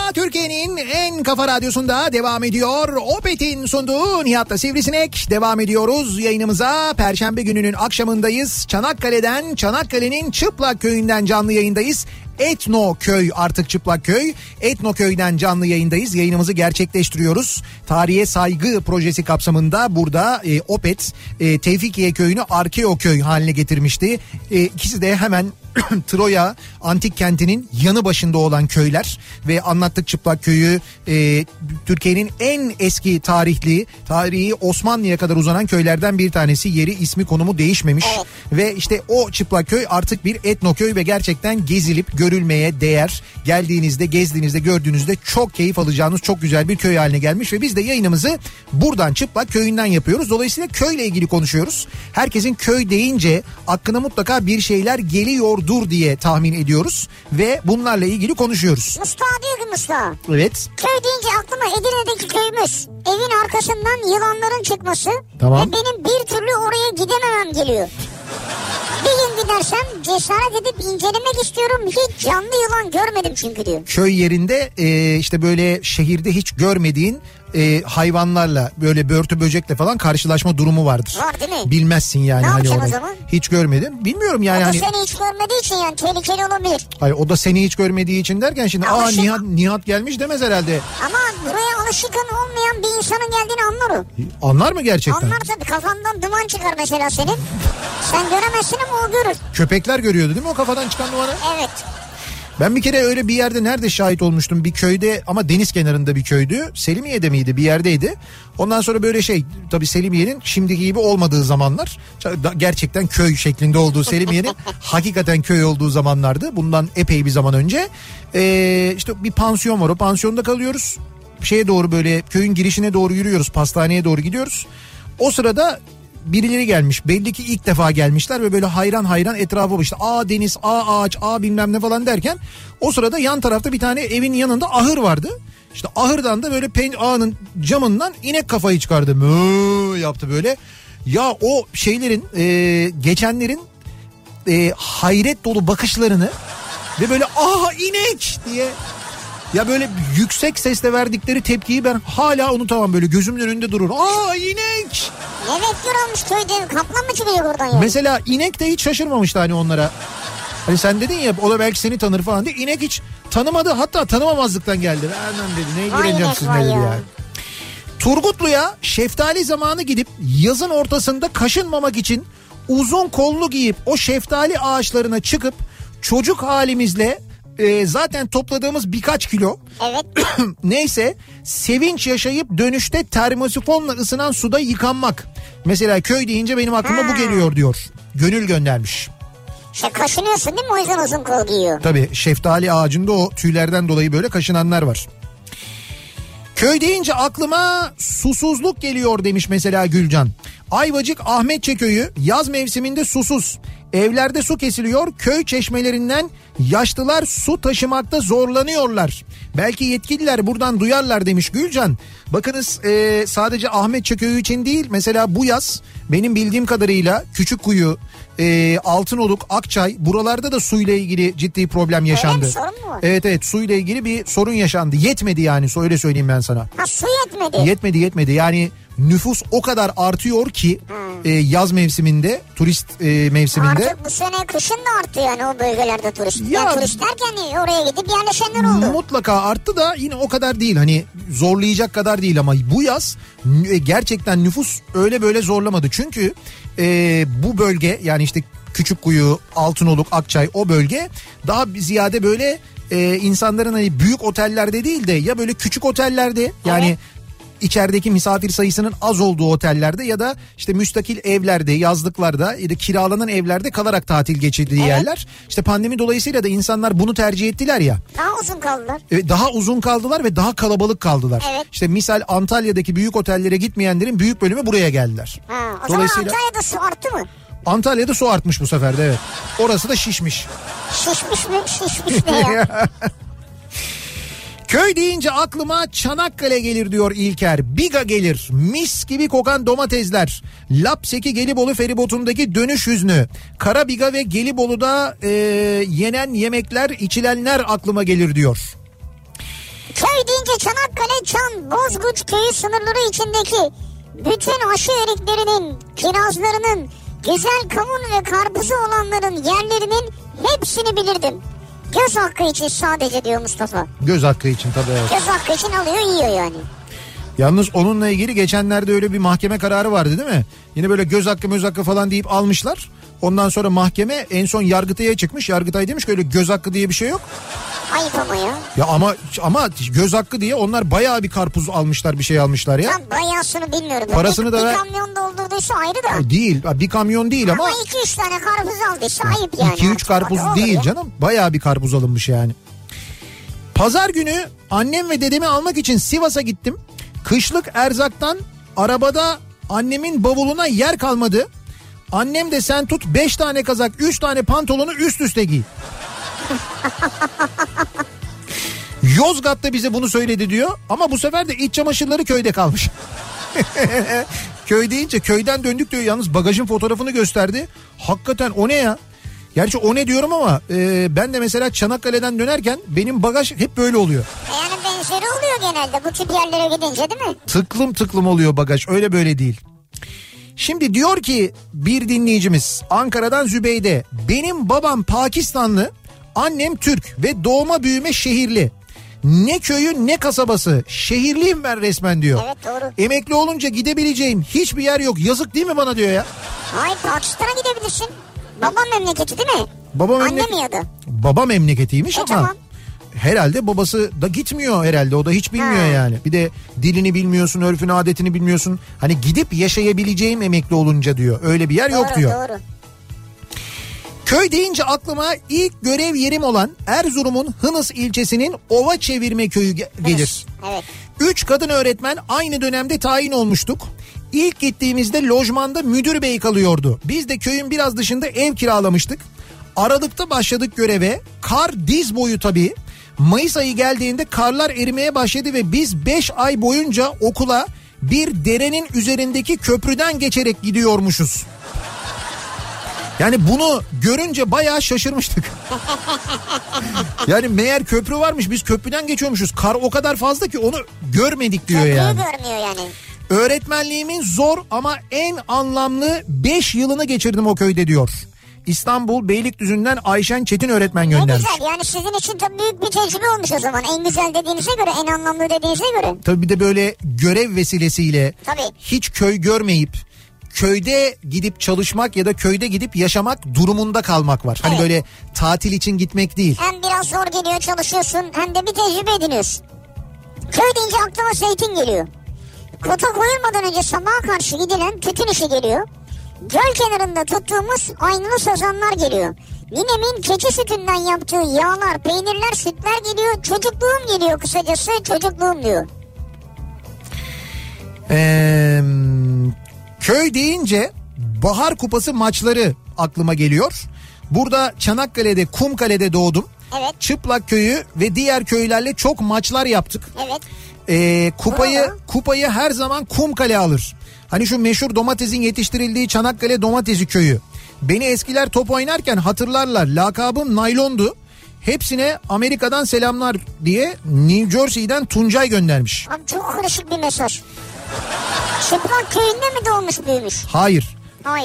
Türkiye'nin en kafa radyosunda devam ediyor. Opet'in sunduğu Nihat'la Sivrisinek devam ediyoruz yayınımıza. Perşembe gününün akşamındayız. Çanakkale'den, Çanakkale'nin Çıplak Köyü'nden canlı yayındayız. Etno Köy, artık Çıplak Köy. Etno Köy'den canlı yayındayız. Yayınımızı gerçekleştiriyoruz. Tarihe Saygı projesi kapsamında burada Opet Tevfikiye Köyü'nü Arkeo Köy haline getirmişti. İkisi de hemen Troya antik kentinin yanı başında olan köyler ve anlattık Çıplak Köyü Türkiye'nin en eski tarihi Osmanlı'ya kadar uzanan köylerden bir tanesi. Yeri, ismi, konumu değişmemiş. Evet. Ve işte o Çıplak Köy artık bir etno köy ve gerçekten gezilip görülmeye değer. Geldiğinizde, gezdiğinizde, gördüğünüzde çok keyif alacağınız çok güzel bir köy haline gelmiş ve biz de yayınımızı buradan Çıplak Köyü'nden yapıyoruz. Dolayısıyla köyle ilgili konuşuyoruz. Herkesin köy deyince aklına mutlaka bir şeyler geliyordur diye tahmin ediyoruz ve bunlarla ilgili konuşuyoruz. Mustafa diyor ki Mustafa. Evet. Köy deyince aklıma Edirne'deki köyümüz. Evin arkasından yılanların çıkması. Tamam. Ve benim bir türlü oraya gidememem geliyor. Bir gün gidersem cesaret edip incelemek istiyorum. Hiç canlı yılan görmedim çünkü diyor. Köy yerinde işte böyle şehirde hiç görmediğin hayvanlarla, böyle börtü böcekle falan karşılaşma durumu vardır. Var değil mi? Bilmezsin yani. Ne hani yapacaksın o zaman? Hiç görmedin. Bilmiyorum yani. O da hani... seni hiç görmediği için yani tehlikeli olabilir. Hayır, o da seni hiç görmediği için derken şimdi Nihat gelmiş demez herhalde. Ama buraya alışık olmayan bir insanın geldiğini anlar o. Anlar mı gerçekten? Anlar tabii, kafandan duman çıkar mesela senin. Sen göremezsin ama o görür. Köpekler görüyordu değil mi o kafadan çıkan dumanı? Evet. Ben bir kere öyle bir yerde nerede şahit olmuştum, bir köyde ama deniz kenarında bir köydü. Selimiye'de miydi, bir yerdeydi. Ondan sonra böyle tabii Selimiye'nin şimdiki gibi olmadığı zamanlar, gerçekten köy şeklinde olduğu Selimiye'nin hakikaten köy olduğu zamanlardı. Bundan epey bir zaman önce işte bir pansiyon var, o pansiyonda kalıyoruz. Şeye doğru, böyle köyün girişine doğru yürüyoruz, pastaneye doğru gidiyoruz. O sırada birileri gelmiş, belli ki ilk defa gelmişler ve böyle hayran hayran etrafa işte deniz, ağaç, bilmem ne falan derken o sırada yan tarafta bir tane evin yanında ahır vardı. İşte ahırdan da böyle ağanın camından inek kafayı çıkardı. Mö yaptı böyle. Ya o şeylerin geçenlerin hayret dolu bakışlarını ve böyle inek diye, ya böyle yüksek sesle verdikleri tepkiyi ben hala unutamam, böyle gözümün önünde durur. İnek! Ne bekliyormuş köyde? Kaplan mı çıkıyor buradan ya? Mesela inek de hiç şaşırmamıştı hani onlara. Hani sen dedin ya, o da belki seni tanır falan diye. İnek hiç tanımadı, hatta tanımamazlıktan geldi. Erman dedi, ne ilgileneceğim sizinle dedi yani. Turgutlu'ya şeftali zamanı gidip yazın ortasında kaşınmamak için uzun kollu giyip o şeftali ağaçlarına çıkıp çocuk halimizle zaten topladığımız birkaç kilo evet. neyse sevinç yaşayıp dönüşte termosifonla ısınan suda yıkanmak. Mesela köy deyince benim aklıma bu geliyor diyor. Gönül göndermiş. Kaşınıyorsun değil mi, o yüzden uzun kol giyiyor? Tabii şeftali ağacında o tüylerden dolayı böyle kaşınanlar var. Köy deyince aklıma susuzluk geliyor demiş mesela Gülcan. Ayvacık Ahmetçe köyü yaz mevsiminde susuz. Evlerde su kesiliyor, köy çeşmelerinden yaşlılar su taşımakta zorlanıyorlar. Belki yetkililer buradan duyarlar demiş Gülcan. Bakınız sadece Ahmetçe köyü için değil, mesela bu yaz benim bildiğim kadarıyla Küçükkuyu, Altınoluk, Akçay, buralarda da suyla ilgili ciddi problem yaşandı. Öyle bir sorun mu var? Evet, suyla ilgili bir sorun yaşandı. Yetmedi yani, öyle söyleyeyim ben sana. Su yetmedi. Yetmedi yani. Nüfus o kadar artıyor ki yaz mevsiminde, turist mevsiminde. Artık bu sene kışın da arttı yani o bölgelerde turist. Yani turist derken oraya gidip yerleşenler oldu. Mutlaka arttı da yine o kadar değil, hani zorlayacak kadar değil, ama bu yaz gerçekten nüfus öyle böyle zorlamadı. Çünkü bu bölge, yani işte Küçükkuyu, Altınoluk, Akçay, o bölge daha ziyade böyle insanların hani büyük otellerde değil de ya böyle küçük otellerde, yani evet, İçerideki misafir sayısının az olduğu otellerde ya da işte müstakil evlerde, yazlıklarda ya da kiralanan evlerde kalarak tatil geçirdiği yerler. İşte pandemi dolayısıyla da insanlar bunu tercih ettiler ya. Daha uzun kaldılar. Daha uzun kaldılar ve daha kalabalık kaldılar. Evet. İşte misal Antalya'daki büyük otellere gitmeyenlerin büyük bölümü buraya geldiler. O zaman Antalya'da su arttı mı? Antalya'da su artmış bu sefer de, evet. Orası da şişmiş. Şişmiş mi? Şişmiş ne ya? Köy deyince aklıma Çanakkale gelir diyor İlker. Biga gelir. Mis gibi kokan domatesler. Lapseki Gelibolu feribotundaki dönüş hüznü. Karabiga ve Gelibolu'da yenen yemekler, içilenler aklıma gelir diyor. deyince Çanakkale, Çan, Bozguç köyü sınırları içindeki bütün aşı eriklerinin, kirazlarının, güzel kavun ve karpuzu olanların yerlerinin hepsini bilirdim. Göz hakkı için sadece diyor Mustafa. Göz hakkı için tabii. Evet. Göz hakkı için alıyor, yiyor yani. Yalnız onunla ilgili geçenlerde öyle bir mahkeme kararı vardı değil mi? Yine böyle göz hakkı falan deyip almışlar. Ondan sonra mahkeme en son Yargıtay'a çıkmış. Yargıtay demiş ki öyle göz hakkı diye bir şey yok. Ayıp ama ya. Ya ama göz hakkı diye onlar bayağı bir karpuz almışlar, bir şey almışlar ya. Ben bayağısını bilmiyorum. Parasını da bir kamyon doldurduysa ayrı da. Değil, bir kamyon değil ama 2-3 tane karpuz aldıysa ayıp yani. 2-3 karpuz değil canım. Bayağı bir karpuz alınmış yani. Pazar günü annem ve dedemi almak için Sivas'a gittim. Kışlık erzaktan arabada annemin bavuluna yer kalmadı. Annem de sen tut 5 tane kazak, 3 tane pantolonu üst üste giy. Yozgat'ta bize bunu söyledi diyor. Ama bu sefer de iç çamaşırları köyde kalmış. Köy deyince köyden döndük diyor. Yalnız bagajın fotoğrafını gösterdi. Hakikaten o ne ya? Gerçi o ne diyorum ama ben de mesela Çanakkale'den dönerken benim bagaj hep böyle oluyor. Yani benzeri oluyor genelde bu tip yerlere gidince değil mi? Tıklım tıklım oluyor bagaj, öyle böyle değil. Şimdi diyor ki bir dinleyicimiz Ankara'dan Zübeyde, benim babam Pakistanlı, annem Türk ve doğma büyüme şehirli. Ne köyü ne kasabası, şehirliyim ben resmen diyor. Evet, doğru. Emekli olunca gidebileceğim hiçbir yer yok, yazık değil mi bana diyor ya. Hayır, Pakistan'a gidebilirsin. Babam memleketi değil mi? Anne mi ya da? Baba memleketiymiş ama tamam. Herhalde babası da gitmiyor herhalde, o da hiç bilmiyor yani. Bir de dilini bilmiyorsun, örfünü adetini bilmiyorsun. Hani gidip yaşayabileceğim emekli olunca diyor, öyle bir yer yok diyor. Doğru. Köy deyince aklıma ilk görev yerim olan Erzurum'un Hınıs ilçesinin Ova Çevirme köyü gelir. Evet. 3 kadın öğretmen aynı dönemde tayin olmuştuk. İlk gittiğimizde lojmanda müdür bey kalıyordu. Biz de köyün biraz dışında ev kiralamıştık. Aralıkta başladık göreve. Kar diz boyu tabii. Mayıs ayı geldiğinde karlar erimeye başladı ve biz 5 ay boyunca okula bir derenin üzerindeki köprüden geçerek gidiyormuşuz. Yani bunu görünce bayağı şaşırmıştık. Yani meğer köprü varmış, biz köprüden geçiyormuşuz. Kar o kadar fazla ki onu görmedik diyor yani. Köprüyü görmüyor yani. Öğretmenliğimin zor ama en anlamlı 5 yılını geçirdim o köyde diyor. İstanbul Beylikdüzü'nden Ayşen Çetin öğretmen göndermiş. Ne güzel, yani sizin için tabii büyük bir tecrübe olmuş o zaman. En güzel dediğinize göre, en anlamlı dediğinize göre. Tabii bir de böyle görev vesilesiyle hiç köy görmeyip köyde gidip çalışmak ya da köyde gidip yaşamak durumunda kalmak var. Hani böyle tatil için gitmek değil. Hem biraz zor geliyor, çalışıyorsun, hem de bir tecrübe ediniyorsun. Köy deyince aklıma zeytin geliyor. Kota koyulmadan önce sabaha karşı gidilen tütün işi geliyor. Göl kenarında tuttuğumuz aynalı sazanlar geliyor. Ninemin keçi sütünden yaptığı yağlar, peynirler, sütler geliyor. Çocukluğum geliyor kısacası, çocukluğum diyor. Köy deyince Bahar Kupası maçları aklıma geliyor. Burada Çanakkale'de, Kumkale'de doğdum. Evet. Çıplak Köyü ve diğer köylerle çok maçlar yaptık. Evet. Kupayı her zaman Kumkale alır. Hani şu meşhur domatesin yetiştirildiği Çanakkale Domatesi Köyü. Beni eskiler top oynarken hatırlarlar. Lakabım Naylon'du. Hepsine Amerika'dan selamlar diye New Jersey'den Tuncay göndermiş. Abi çok karışık bir mesaj. Çıplak Köyü'nde mi doğmuş büyümüş? Hayır.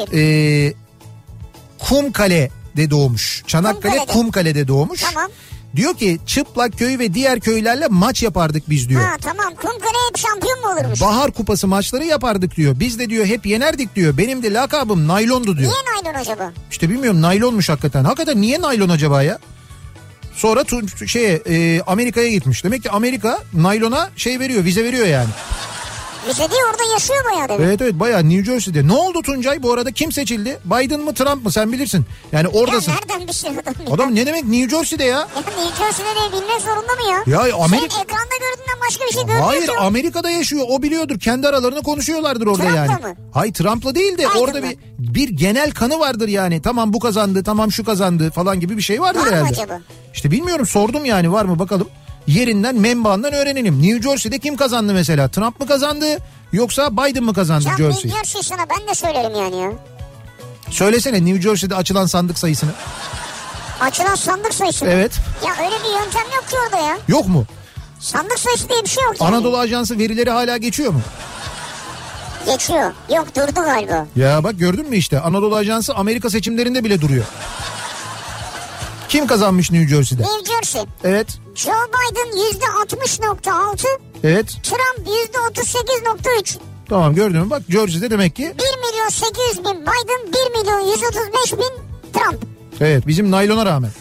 Kumkale'de doğmuş. Çanakkale Kumkale'de doğmuş. Tamam. Diyor ki Çıplak Köyü ve diğer köylerle maç yapardık biz diyor. Ha tamam, Kumkale hep şampiyon mu olurmuş? Bahar Kupası maçları yapardık diyor. Biz de diyor hep yenerdik diyor. Benim de lakabım Naylon'du diyor. Niye naylon acaba? İşte bilmiyorum, naylonmuş hakikaten. Hakikaten niye naylon acaba ya? Sonra Amerika'ya gitmiş. Demek ki Amerika naylona veriyor, vize veriyor yani. Vize değil, orada yaşıyor bayağı demek. Evet bayağı New Jersey'de. Ne oldu Tuncay bu arada, kim seçildi? Biden mı Trump mı, sen bilirsin. Yani oradasın. Ya nereden bir şey adam ya? Adam ne demek New Jersey'de ya? Ya New Jersey'de de bilmek zorunda mı ya? Ya Sen ekranda gördüğünden başka bir şey görmüyorsun. Hayır, Amerika'da yaşıyor, o biliyordur. Kendi aralarını konuşuyorlardır orada Trump'la yani. mı? Hayır, Trump'la değil de Biden orada bir genel kanı vardır yani. Tamam bu kazandı, tamam şu kazandı falan gibi bir şey vardır herhalde. Var mı acaba? İşte bilmiyorum, sordum yani, var mı bakalım. Yerinden menbaından öğrenelim. New Jersey'de kim kazandı mesela? Trump mı kazandı yoksa Biden mı kazandı Jersey? New Jersey sana ben de söylerim yani ya. Söylesene New Jersey'de açılan sandık sayısını. Açılan sandık sayısı mı? Evet. Ya öyle bir yöntem yok ki orada ya. Yok mu? Sandık sayısı diye bir şey yok yani. Anadolu Ajansı verileri hala geçiyor mu? Geçiyor. Yok, durdu galiba. Ya bak gördün mü işte, Anadolu Ajansı Amerika seçimlerinde bile duruyor. Kim kazanmış New Jersey'de? New Jersey. Evet. Joe Biden %60.6. Evet. Trump %38.3. Tamam, gördün mü? Bak Jersey'de demek ki. 1.800.000 Biden, 1.135.000 Trump. Evet, bizim naylona rağmen.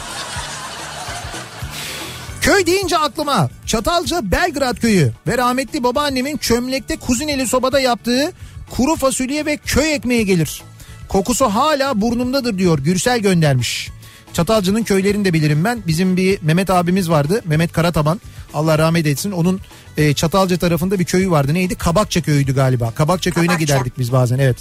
Köy deyince aklıma Çatalca Belgrad köyü ve rahmetli babaannemin çömlekte kuzineli sobada yaptığı kuru fasulye ve köy ekmeği gelir. Kokusu hala burnumdadır diyor, Gürsel göndermiş. Çatalca'nın köylerini de bilirim ben. Bizim bir Mehmet abimiz vardı, Mehmet Karataban. Allah rahmet etsin. Onun Çatalca tarafında bir köyü vardı. Neydi? Kabakça köyüydü galiba. Kabakça köyüne giderdik biz bazen, evet.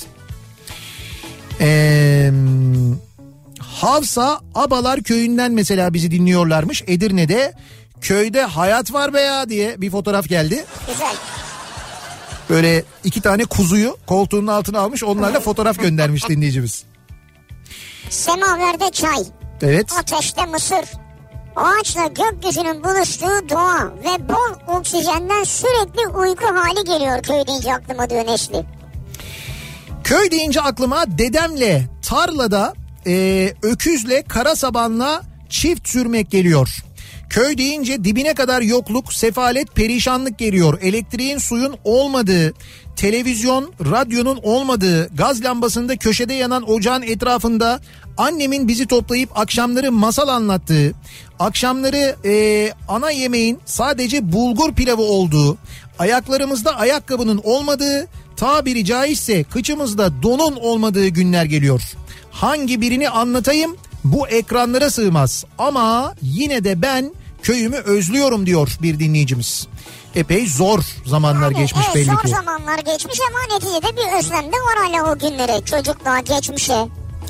Havsa Abalar köyünden mesela bizi dinliyorlarmış. Edirne'de köyde hayat var be ya diye bir fotoğraf geldi. Güzel. Böyle 2 tane kuzuyu koltuğunun altına almış, onlarla fotoğraf göndermiş dinleyicimiz. Semaverde çay. Evet. Ateşte mısır. Ağaçla gökyüzünün buluştuğu doğa ve bol oksijenden sürekli uyku hali geliyor köy deyince aklıma diyor Neşli. Köy deyince aklıma dedemle tarlada öküzle kara sabanla çift sürmek geliyor. Köy deyince dibine kadar yokluk, sefalet, perişanlık geliyor. Elektriğin, suyun olmadığı, televizyon, radyonun olmadığı, gaz lambasında köşede yanan ocağın etrafında annemin bizi toplayıp akşamları masal anlattığı, akşamları ana yemeğin sadece bulgur pilavı olduğu, ayaklarımızda ayakkabının olmadığı, tabiri caizse kıçımızda donun olmadığı günler geliyor. Hangi birini anlatayım? Bu ekranlara sığmaz ama yine de ben köyümü özlüyorum diyor bir dinleyicimiz. Epey zor zamanlar geçmiş belli ki. Zor zamanlar geçmiş ama neticede bir özlem de var hala o günlere, çocukluğa, geçmişe.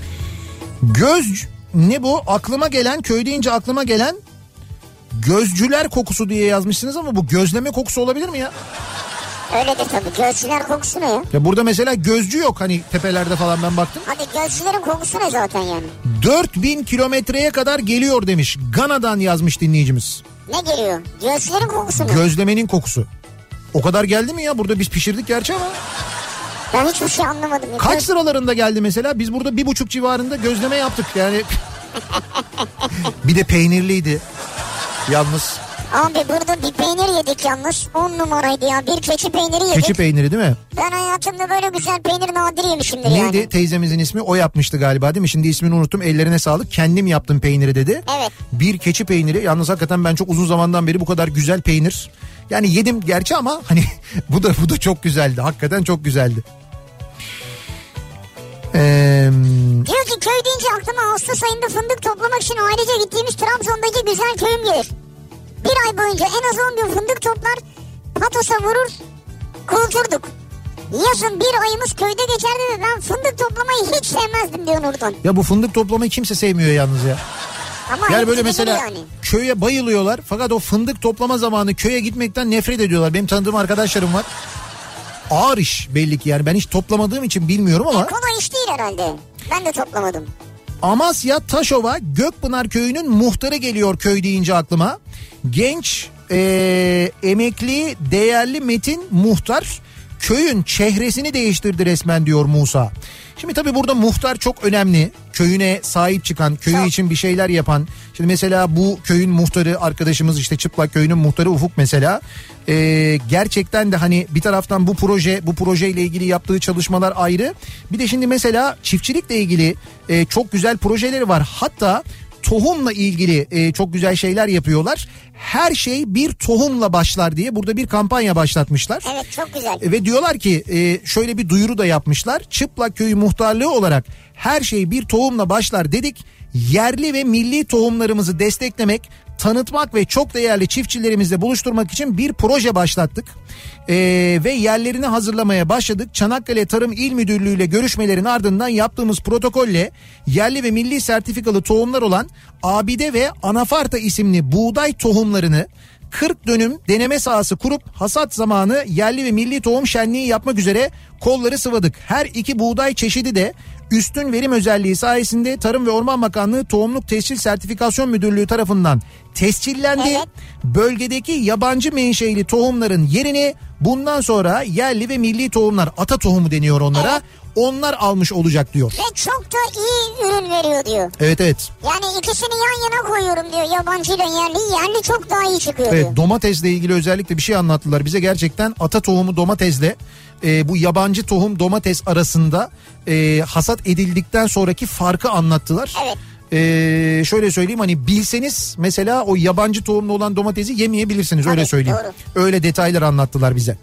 Ne bu? Aklıma gelen, köy deyince aklıma gelen gözcüler kokusu diye yazmışsınız ama bu gözleme kokusu olabilir mi ya? Öyledir tabii. Gözcüler kokusu ne ya? Ya burada mesela gözcü yok hani tepelerde falan, ben baktım. Hadi gözcülerin kokusu ne zaten yani? 4000 kilometreye kadar geliyor demiş. Gana'dan yazmış dinleyicimiz. Ne geliyor? Gözcülerin kokusu mu? Gözlemenin kokusu. O kadar geldi mi ya? Burada biz pişirdik gerçi ama. Ben hiçbir şey anlamadım. Kaç sıralarında geldi mesela? Biz burada 1,5 civarında gözleme yaptık yani. Bir de peynirliydi. Yalnız. Abi burada bir peynir yedik yalnız. 10 numaraydı ya. Bir keçi peyniri yedik. Keçi peyniri değil mi? Ben hayatımda böyle güzel peynir nadir yemişimdir Neydi? yani. Neydi teyzemizin ismi? O yapmıştı galiba değil mi? Şimdi ismini unuttum. Ellerine sağlık. Kendim yaptım peyniri dedi. Evet. Bir keçi peyniri. Yalnız hakikaten ben çok uzun zamandan beri bu kadar güzel peynir. Yani yedim gerçi ama hani bu da çok güzeldi. Hakikaten çok güzeldi. Diyor ki köy deyince aklıma Ağustos ayında fındık toplamak için ailece gittiğimiz Trabzon'daki güzel köyüm gelir. Bir ay boyunca en az 10 gün fındık toplar, patosa vurur, kuruturduk. Yazın bir ayımız köyde geçerdi ve ben fındık toplamayı hiç sevmezdim diyor Nurdan. Ya bu fındık toplamayı kimse sevmiyor yalnız ya. Ama yani böyle mesela yani. Köye bayılıyorlar fakat o fındık toplama zamanı köye gitmekten nefret ediyorlar. Benim tanıdığım arkadaşlarım var. Ağır iş belli ki yani, ben hiç toplamadığım için bilmiyorum ama. Kolay iş değil herhalde. Ben de toplamadım. Amasya Taşova Gökpınar köyünün muhtarı geliyor köy deyince aklıma. Genç emekli değerli Metin muhtar köyün çehresini değiştirdi resmen diyor Musa. Şimdi tabii burada muhtar çok önemli. Köyüne sahip çıkan, köyü için bir şeyler yapan. Şimdi mesela bu köyün muhtarı arkadaşımız, işte Çıplak köyünün muhtarı Ufuk mesela. Gerçekten de hani bir taraftan bu projeyle ilgili yaptığı çalışmalar ayrı. Bir de şimdi mesela çiftçilikle ilgili çok güzel projeleri var. Hatta tohumla ilgili çok güzel şeyler yapıyorlar. Her şey bir tohumla başlar diye burada bir kampanya başlatmışlar. Evet, çok güzel. Ve diyorlar ki şöyle bir duyuru da yapmışlar. Çıplak Köyü muhtarlığı olarak her şey bir tohumla başlar dedik. Yerli ve milli tohumlarımızı desteklemek, tanıtmak ve çok değerli çiftçilerimizle buluşturmak için bir proje başlattık. Ve yerlerini hazırlamaya başladık. Çanakkale Tarım İl Müdürlüğü ile görüşmelerin ardından yaptığımız protokolle yerli ve milli sertifikalı tohumlar olan Abide ve Anafarta isimli buğday tohumlarını 40 dönüm deneme sahası kurup hasat zamanı yerli ve milli tohum şenliği yapmak üzere kolları sıvadık. Her iki buğday çeşidi de Üstün verim özelliği sayesinde Tarım ve Orman Bakanlığı Tohumluk Tescil Sertifikasyon Müdürlüğü tarafından tescillendi. Evet. Bölgedeki yabancı menşeili tohumların yerini bundan sonra yerli ve milli tohumlar, ata tohumu deniyor onlara. Evet. Onlar almış olacak diyor. Ve çok da iyi ürün veriyor diyor. Evet evet. Yani ikisini yan yana koyuyorum diyor, yabancı ile yerli. Yerli çok daha iyi çıkıyor diyor. Evet, domatesle ilgili özellikle bir şey anlattılar bize. Gerçekten ata tohumu domatesle bu yabancı tohum domates arasında hasat edildikten sonraki farkı anlattılar. Evet. Şöyle söyleyeyim, hani bilseniz mesela o yabancı tohumlu olan domatesi yemeyebilirsiniz. Tabii, öyle söyleyeyim. doğru. Öyle detaylar anlattılar bize.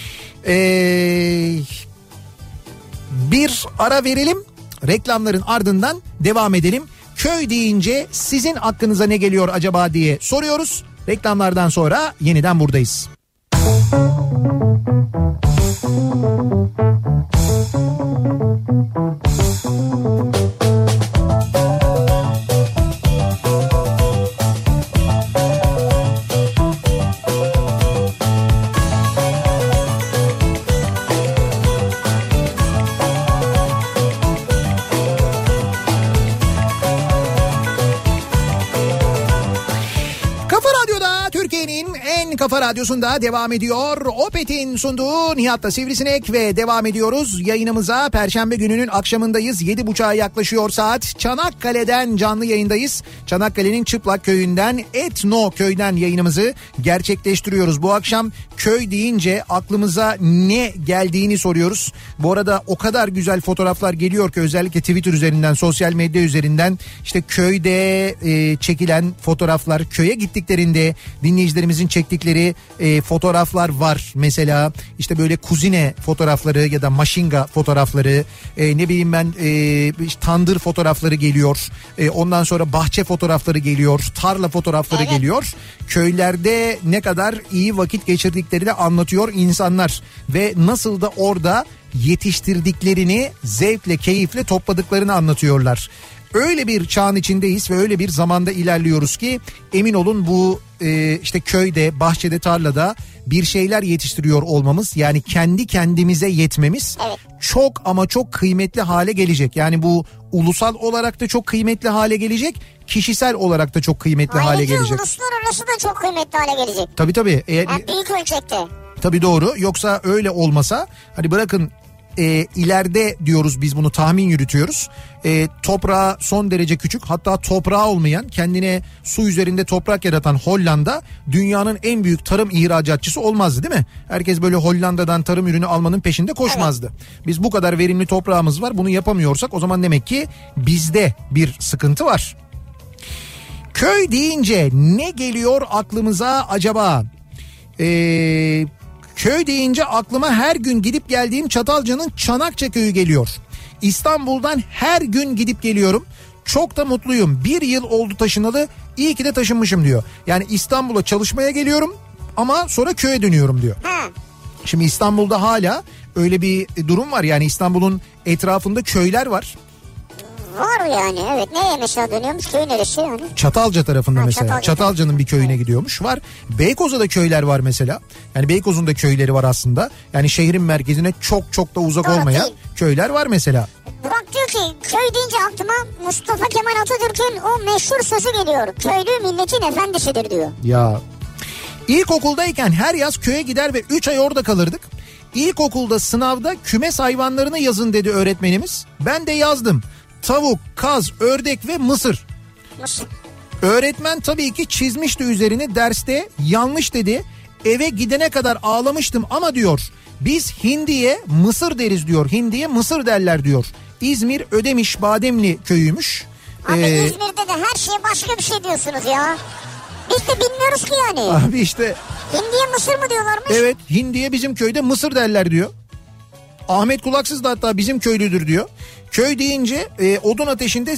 Bir ara verelim. Reklamların ardından devam edelim. Köy deyince sizin aklınıza ne geliyor acaba diye soruyoruz. Reklamlardan sonra yeniden buradayız. Kafa Radyosu'nda devam ediyor. Opet'in sunduğu Nihat'la Sivrisinek ve devam ediyoruz yayınımıza. Perşembe gününün akşamındayız. 7.30'a yaklaşıyor saat. Çanakkale'den canlı yayındayız. Çanakkale'nin Çıplak Köyü'nden, Etno Köy'den yayınımızı gerçekleştiriyoruz. Bu akşam köy deyince aklımıza ne geldiğini soruyoruz. Bu arada o kadar güzel fotoğraflar geliyor ki, özellikle Twitter üzerinden, sosyal medya üzerinden, işte köyde çekilen fotoğraflar, köye gittiklerinde dinleyicilerimizin çektikleri fotoğraflar var. Mesela işte böyle kuzine fotoğrafları ya da maşinga fotoğrafları, ne bileyim ben tandır fotoğrafları geliyor. Ondan sonra bahçe fotoğrafları geliyor, tarla fotoğrafları geliyor. Köylerde ne kadar iyi vakit geçirdiklerini anlatıyor insanlar ve nasıl da orada yetiştirdiklerini zevkle, keyifle topladıklarını anlatıyorlar. Öyle bir çağın içindeyiz ve öyle bir zamanda ilerliyoruz ki emin olun bu işte köyde, bahçede, tarlada bir şeyler yetiştiriyor olmamız, yani kendi kendimize yetmemiz çok ama çok kıymetli hale gelecek. Yani bu ulusal olarak da çok kıymetli hale gelecek, kişisel olarak da çok kıymetli hale gelecek. Uluslararası da çok kıymetli hale gelecek. Tabii. Yani büyük ölçekte. Tabii doğru. Yoksa öyle olmasa, hani bırakın ileride diyoruz biz, bunu tahmin yürütüyoruz. Toprağı son derece küçük, hatta toprağı olmayan, kendine su üzerinde toprak yaratan Hollanda dünyanın en büyük tarım ihracatçısı olmazdı, değil mi? Herkes böyle Hollanda'dan tarım ürünü almanın peşinde koşmazdı. Evet. Biz bu kadar verimli toprağımız var, bunu yapamıyorsak o zaman demek ki bizde bir sıkıntı var. Köy deyince ne geliyor aklımıza acaba? Köy deyince aklıma her gün gidip geldiğim Çatalca'nın Çanakça köyü geliyor. İstanbul'dan her gün gidip geliyorum. Çok da mutluyum. 1 yıl oldu taşınalı. İyi ki de taşınmışım diyor. Yani İstanbul'a çalışmaya geliyorum ama sonra köye dönüyorum diyor. Şimdi İstanbul'da hala öyle bir durum var. Yani İstanbul'un etrafında köyler var. Var yani, evet. Neye mesela dönüyormuş, köy neresi yani? Çatalca tarafında mesela. Çatalca'nın bir köyüne gidiyormuş. Var. Beykoz'da da köyler var mesela. Yani Beykoz'un da köyleri var aslında. Yani şehrin merkezine çok da uzak olmayan köyler var mesela. Burak diyor ki köy deyince aklıma Mustafa Kemal Atatürk'ün o meşhur sözü geliyor. Köylü milletin efendisidir diyor. Ya İlkokuldayken her yaz köye gider ve 3 ay orada kalırdık. İlkokulda sınavda kümes hayvanlarını yazın dedi öğretmenimiz. Ben de yazdım. Tavuk, kaz, ördek ve mısır. Öğretmen tabii ki çizmişti üzerine derste, yanlış dedi. Eve gidene kadar ağlamıştım ama diyor, biz hindiye mısır deriz diyor. Hindiye mısır derler diyor. İzmir Ödemiş Bademli köyüymüş. Abi İzmir'de de her şeye başka bir şey diyorsunuz ya. Biz de bilmiyoruz ki yani. Abi işte. Hindiye mısır mı diyorlarmış? Evet, hindiye bizim köyde mısır derler diyor. Ahmet Kulaksız da hatta bizim köylüdür diyor. Köy deyince odun ateşinde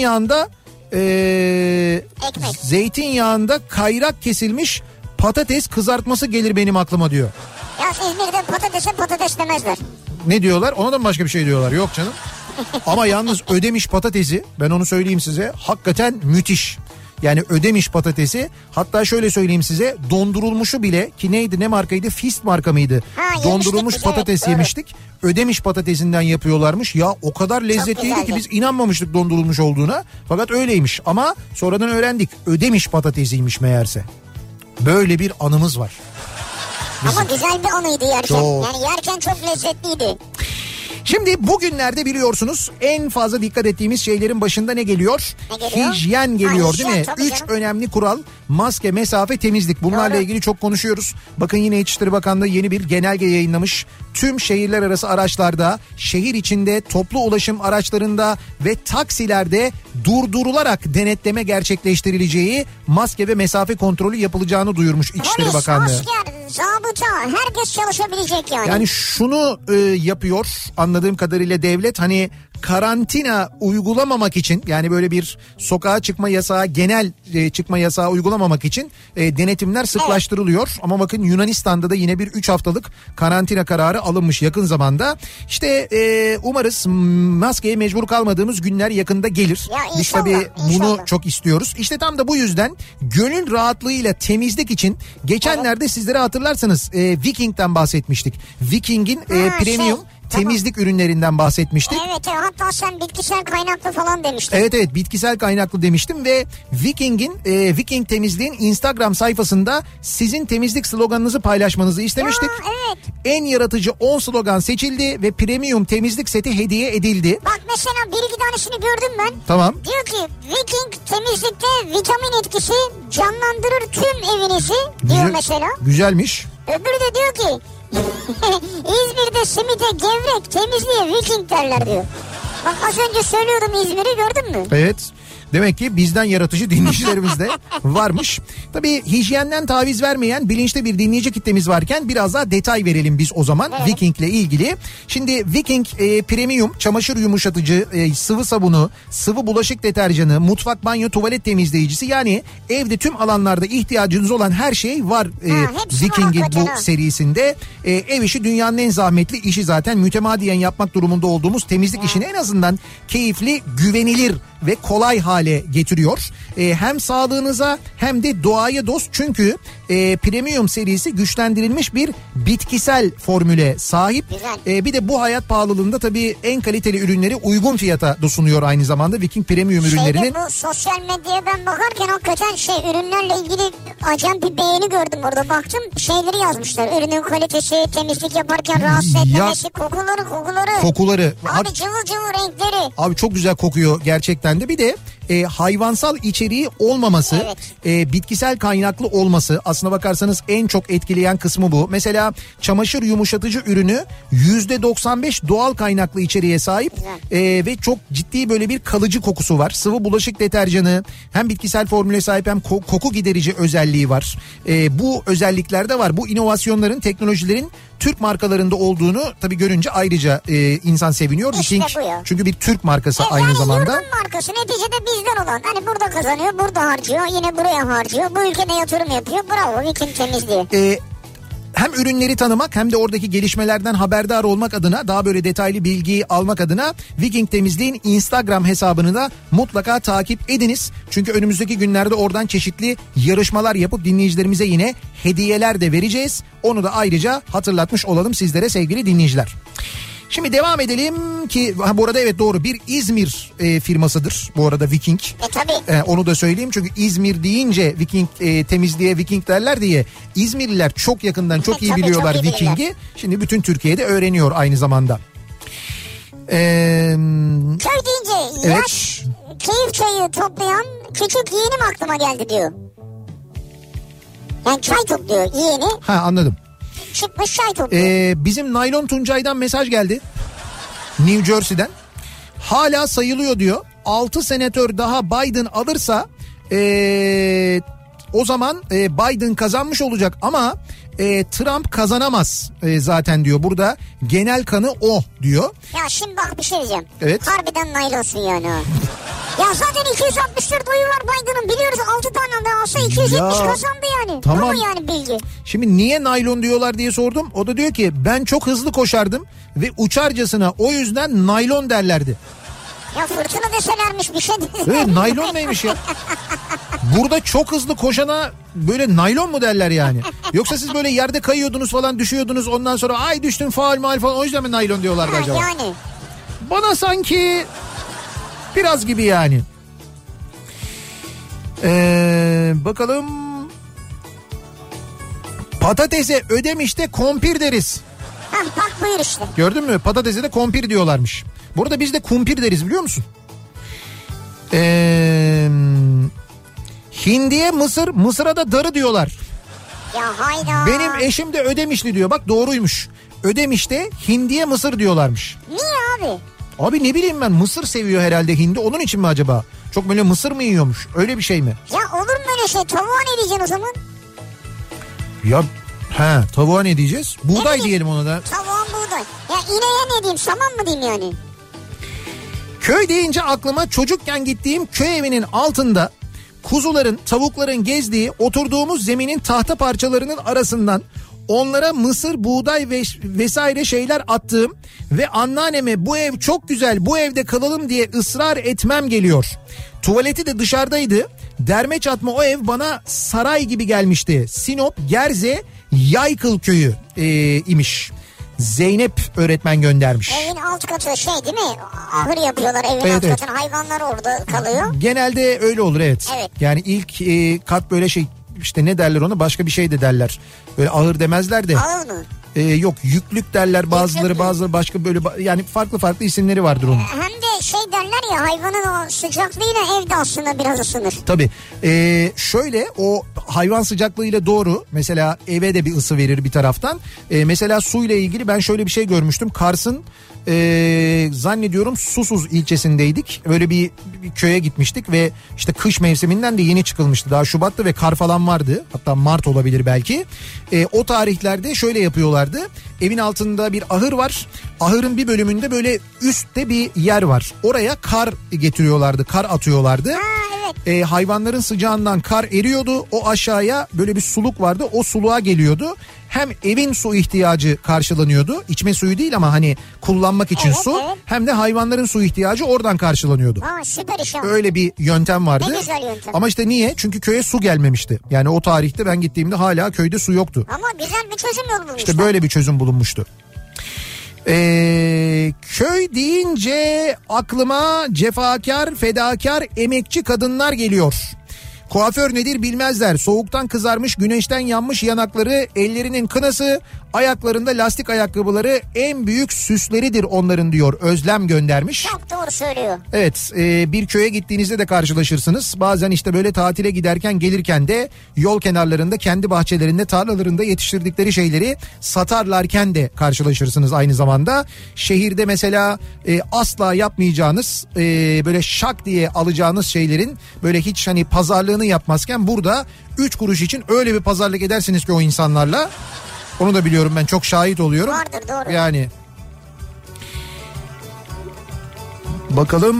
zeytinyağında kayrak kesilmiş patates kızartması gelir benim aklıma diyor. Ya İzmir'de patatese patates demezler. Ne diyorlar? Ona da mı başka bir şey diyorlar? Yok canım. Ama yalnız Ödemiş patatesi, ben onu söyleyeyim size, hakikaten müthiş. Yani Ödemiş patatesi, hatta şöyle söyleyeyim size, dondurulmuşu bile, ki neydi, ne markaydı, Fist marka mıydı? Dondurulmuş patates yemiştik. Ödemiş patatesinden yapıyorlarmış. Ya o kadar lezzetliydi ki biz inanmamıştık dondurulmuş olduğuna. Fakat öyleymiş ama sonradan öğrendik. Ödemiş patatesiymiş meğerse. Böyle bir anımız var. Ama güzel bir anıydı yerken. Çok. Yani yerken çok lezzetliydi. Şimdi bugünlerde biliyorsunuz en fazla dikkat ettiğimiz şeylerin başında ne geliyor? Ne geliyor? Hijyen geliyor, değil mi? 3 canım. önemli kural: maske, mesafe, temizlik. Bunlarla Doğru. ilgili çok konuşuyoruz. Bakın yine İçişleri Bakanlığı yeni bir genelge yayınlamış. Tüm şehirler arası araçlarda, şehir içinde toplu ulaşım araçlarında ve taksilerde durdurularak denetleme gerçekleştirileceği, maske ve mesafe kontrolü yapılacağını duyurmuş İçişleri Polis, Bakanlığı. asker, zabıta, herkes çalışabilecek yani. Yani şunu yapıyor anladığım kadarıyla devlet, hani karantina uygulamamak için, yani böyle bir sokağa çıkma yasağı, genel çıkma yasağı uygulamamak için denetimler sıklaştırılıyor. Evet. Ama bakın Yunanistan'da da yine bir 3 haftalık karantina kararı alınmış yakın zamanda. İşte umarız maskeye mecbur kalmadığımız günler yakında gelir. Ya biz inşallah, tabii bunu inşallah. çok istiyoruz. İşte tam da bu yüzden gönül rahatlığıyla temizlik için geçenlerde sizlere hatırlarsanız Viking'den bahsetmiştik. Viking'in premium temizlik ürünlerinden bahsetmiştik. Evet, hatta sen bitkisel kaynaklı falan demiştin. Evet, bitkisel kaynaklı demiştim ve Viking temizliğin Instagram sayfasında sizin temizlik sloganınızı paylaşmanızı istemiştik. Ya, evet. En yaratıcı 10 slogan seçildi ve premium temizlik seti hediye edildi. Bak mesela bir iki tanesini gördüm ben. Tamam. Diyor ki Viking temizlikte vitamin etkisi canlandırır tüm evinizi diyor mesela. Güzelmiş. Öbürü de diyor ki İzmir'de simite, gevrek, temizliğe Viking derler diyor. Bak az önce söylüyordum, İzmir'i gördün mü? Evet. Demek ki bizden yaratıcı dinleyicilerimiz de varmış. Tabii hijyenden taviz vermeyen bilinçli bir dinleyici kitlemiz varken biraz daha detay verelim biz o zaman, evet, Viking'le ilgili. Şimdi Viking premium çamaşır yumuşatıcı, sıvı sabunu, sıvı bulaşık deterjanı, mutfak, banyo, tuvalet temizleyicisi, yani evde tüm alanlarda ihtiyacınız olan her şey var Viking'in bu serisinde. Ev işi dünyanın en zahmetli işi zaten, mütemadiyen yapmak durumunda olduğumuz temizlik işini en azından keyifli, güvenilir ve kolay hale getiriyor. Hem sağlığınıza hem de doğaya dost, çünkü premium serisi güçlendirilmiş bir bitkisel formüle sahip. Bir de bu hayat pahalılığında tabii en kaliteli ürünleri uygun fiyata da sunuyor aynı zamanda Viking premium ürünlerinin. Bu sosyal medyaya ben bakarken hakikaten ürünlerle ilgili acayip bir beğeni gördüm orada, baktım şeyleri yazmışlar. Ürünün kalitesi, temizlik yaparken rahatsız etmemesi, kokuları. Abi cıvıl cıvıl renkleri. Abi çok güzel kokuyor gerçekten de. Bir de hayvansal içeriği olmaması, evet, bitkisel kaynaklı olması, aslına bakarsanız en çok etkileyen kısmı bu. Mesela çamaşır yumuşatıcı ürünü %95 doğal kaynaklı içeriğe sahip ve çok ciddi böyle bir kalıcı kokusu var. Sıvı bulaşık deterjanı hem bitkisel formüle sahip hem koku giderici özelliği var. Bu özellikler de var. Bu inovasyonların, teknolojilerin Türk markalarında olduğunu tabii görünce ayrıca insan seviniyor. İşte Viking çünkü bir Türk markası aynı zamanda. Yurdun markası, neticede bizden olan. Hani burada kazanıyor, burada harcıyor, yine buraya harcıyor. Bu ülkede yatırım yapıyor. Bravo Viking temizliği. Hem ürünleri tanımak hem de oradaki gelişmelerden haberdar olmak adına, daha böyle detaylı bilgiyi almak adına Viking Temizliğin Instagram hesabını da mutlaka takip ediniz. Çünkü önümüzdeki günlerde oradan çeşitli yarışmalar yapıp dinleyicilerimize yine hediyeler de vereceğiz. Onu da ayrıca hatırlatmış olalım sizlere sevgili dinleyiciler. Şimdi devam edelim ki bu arada evet doğru, bir İzmir firmasıdır bu arada Viking. Tabii. Onu da söyleyeyim çünkü İzmir deyince Viking temizliğe Viking derler diye İzmirliler çok yakından çok iyi biliyorlar Viking'i. Şimdi bütün Türkiye'de öğreniyor aynı zamanda. Köy deyince yaş keyif çayı toplayan küçük yeğenim aklıma geldi diyor. Yani çay topluyor yeğeni. Ha, anladım. Çıkmış çay topluyor. Bizim Naylon Tuncay'dan mesaj geldi. New Jersey'den. Hala sayılıyor diyor. 6 senatör daha Biden alırsa o zaman Biden kazanmış olacak ama Trump kazanamaz zaten diyor. Burada genel kanı o diyor. Ya şimdi bak bir şey diyeceğim. Evet. Harbiden naylonsun yani. Ya zaten 264 oyu var Biden'ın, biliyoruz, 6 tane daha alsa 270 kazandı yani. Tamam. Bu mu yani bilgi? Şimdi niye naylon diyorlar diye sordum. O da diyor ki ben çok hızlı koşardım ve uçarcasına o yüzden naylon derlerdi. Ya fırtına deselermiş bir şey. Evet, naylon neymiş ya? Burada çok hızlı koşana böyle naylon mu derler yani? Yoksa siz böyle yerde kayıyordunuz falan, düşüyordunuz, ondan sonra ay düştün faul mal falan, o yüzden mi naylon diyorlardı acaba? Yani. Bana sanki biraz gibi yani. Bakalım. Patatese Ödemiş'te kompir deriz. Bak buyur işte. Gördün mü? Patatese de kompir diyorlarmış. Burada biz de kumpir deriz, biliyor musun? Hindiye Mısır, Mısır'a da darı diyorlar. Ya hayda. Benim eşim de Ödemişli diyor. Bak doğruymuş. Ödemiş'te hindiye Mısır diyorlarmış. Niye abi? Abi ne bileyim ben, Mısır seviyor herhalde hindi. Onun için mi acaba? Çok böyle mısır mı yiyormuş? Öyle bir şey mi? Ya olur mu öyle şey? Tavuğa ne diyeceksin o zaman? Ya tavuğa ne diyeceğiz? Buğday diyelim ona da. Tavuğun buğday. Ya ineğe ne diyeyim? Saman mı diyeyim yani? Köy deyince aklıma çocukken gittiğim köy evinin altında kuzuların, tavukların gezdiği, oturduğumuz zeminin tahta parçalarının arasından onlara mısır, buğday vesaire şeyler attığım ve anneanneme bu ev çok güzel, bu evde kalalım diye ısrar etmem geliyor. Tuvaleti de dışarıdaydı. Derme çatma o ev bana saray gibi gelmişti. Sinop Gerze Yaykıl köyü imiş. Zeynep öğretmen göndermiş. Evin alt katı şey değil mi? Ahır yapıyorlar evin alt katına. Hayvanlar orada kalıyor. Genelde öyle olur, evet. Yani ilk kat böyle şey, işte ne derler ona, başka bir şey de derler. Böyle ahır demezler de. Ahır mı? Yok, yüklük derler bazıları, bazıları başka böyle, yani farklı isimleri vardır onun. Hem de şey derler ya, hayvanın o sıcaklığıyla evde aslında biraz ısınır. Tabii. Şöyle, o hayvan sıcaklığıyla doğru, mesela eve de bir ısı verir bir taraftan. Mesela suyla ilgili ben şöyle bir şey görmüştüm. Kars'ın zannediyorum Susuz ilçesindeydik. Böyle bir köye gitmiştik ve işte kış mevsiminden de yeni çıkılmıştı. Daha Şubat'tı ve kar falan vardı. Hatta Mart olabilir belki. O tarihlerde şöyle yapıyorlardı. Evin altında bir ahır var. Ahırın bir bölümünde böyle üstte bir yer var. Oraya kar getiriyorlardı. Kar atıyorlardı. Hayvanların sıcağından kar eriyordu. O aşağıya böyle bir suluk vardı. O suluğa geliyordu. Hem evin su ihtiyacı karşılanıyordu. İçme suyu değil ama hani kullanmak için su. Evet. Hem de hayvanların su ihtiyacı oradan karşılanıyordu. Süper iş. Öyle bir yöntem vardı. Ne güzel yöntem. Ama işte niye? Çünkü köye su gelmemişti. Yani o tarihte ben gittiğimde hala köyde su yoktu. Ama güzel bir çözüm yolu bulmuşlar. İşte böyle bir çözüm bulunmuştu. Köy deyince aklıma cefakar, fedakar, emekçi kadınlar geliyor. Kuaför nedir bilmezler. Soğuktan kızarmış, güneşten yanmış yanakları, ellerinin kınası, ayaklarında lastik ayakkabıları en büyük süsleridir onların diyor. Özlem göndermiş. Çok doğru söylüyor. Evet, bir köye gittiğinizde de karşılaşırsınız. Bazen işte böyle tatile giderken gelirken de yol kenarlarında, kendi bahçelerinde, tarlalarında yetiştirdikleri şeyleri satarlarken de karşılaşırsınız aynı zamanda. Şehirde mesela asla yapmayacağınız, böyle şak diye alacağınız şeylerin böyle hiç hani pazarlığını yapmazken burada 3 kuruş için öyle bir pazarlık edersiniz ki o insanlarla. Onu da biliyorum, ben çok şahit oluyorum. Vardır, doğru. Yani bakalım,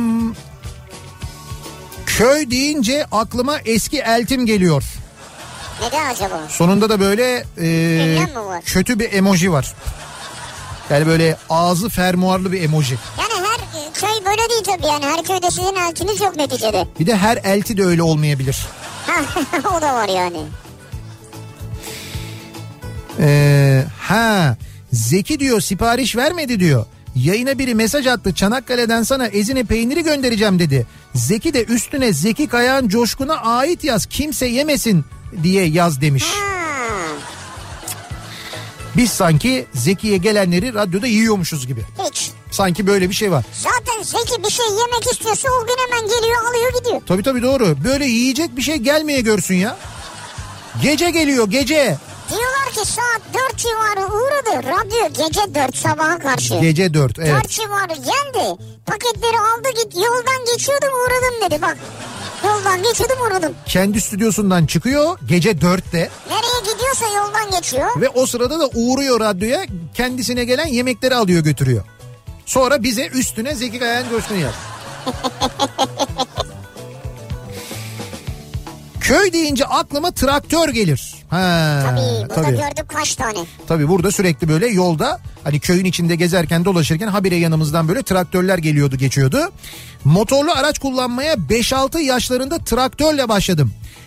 köy deyince aklıma eski eltim geliyor. Neden acaba? Sonunda da böyle kötü bir emoji var. Yani böyle ağzı fermuarlı bir emoji. Yani her köy böyle değil tabii, yani her köyde sizin eltiniz yok neticede. Bir de her elti de öyle olmayabilir. O da var yani. Zeki diyor sipariş vermedi diyor. Yayına biri mesaj attı, Çanakkale'den sana Ezine peyniri göndereceğim dedi. Zeki de üstüne Zeki Kayağan Coşkun'a ait yaz, kimse yemesin diye yaz demiş. Biz sanki Zeki'ye gelenleri radyoda yiyormuşuz gibi. Hiç. Sanki böyle bir şey var. Zaten Zeki bir şey yemek istiyorsa o gün hemen geliyor, alıyor gidiyor. Tabii doğru. Böyle yiyecek bir şey gelmeye görsün ya. Gece geliyor, gece. Diyorlar ki saat 4 civarı uğradı. Radyo gece 4 sabaha karşı. Gece 4, evet. 4 civarı geldi. Paketleri aldı, git, yoldan geçiyordum uğradım dedi bak. Yoldan geçiyordum uğradım. Kendi stüdyosundan çıkıyor gece 4'te. Nereye gidiyorsa yoldan geçiyor. Ve o sırada da uğruyor radyoya, kendisine gelen yemekleri alıyor götürüyor. Sonra bize üstüne Zeki Kayağan Coşkun'u yaz. Köy deyince aklıma traktör gelir. Tabii burada gördük kaç tane. Tabii burada sürekli böyle yolda, hani köyün içinde gezerken, dolaşırken habire yanımızdan böyle traktörler geliyordu, geçiyordu. Motorlu araç kullanmaya 5-6 yaşlarında traktörle başladım.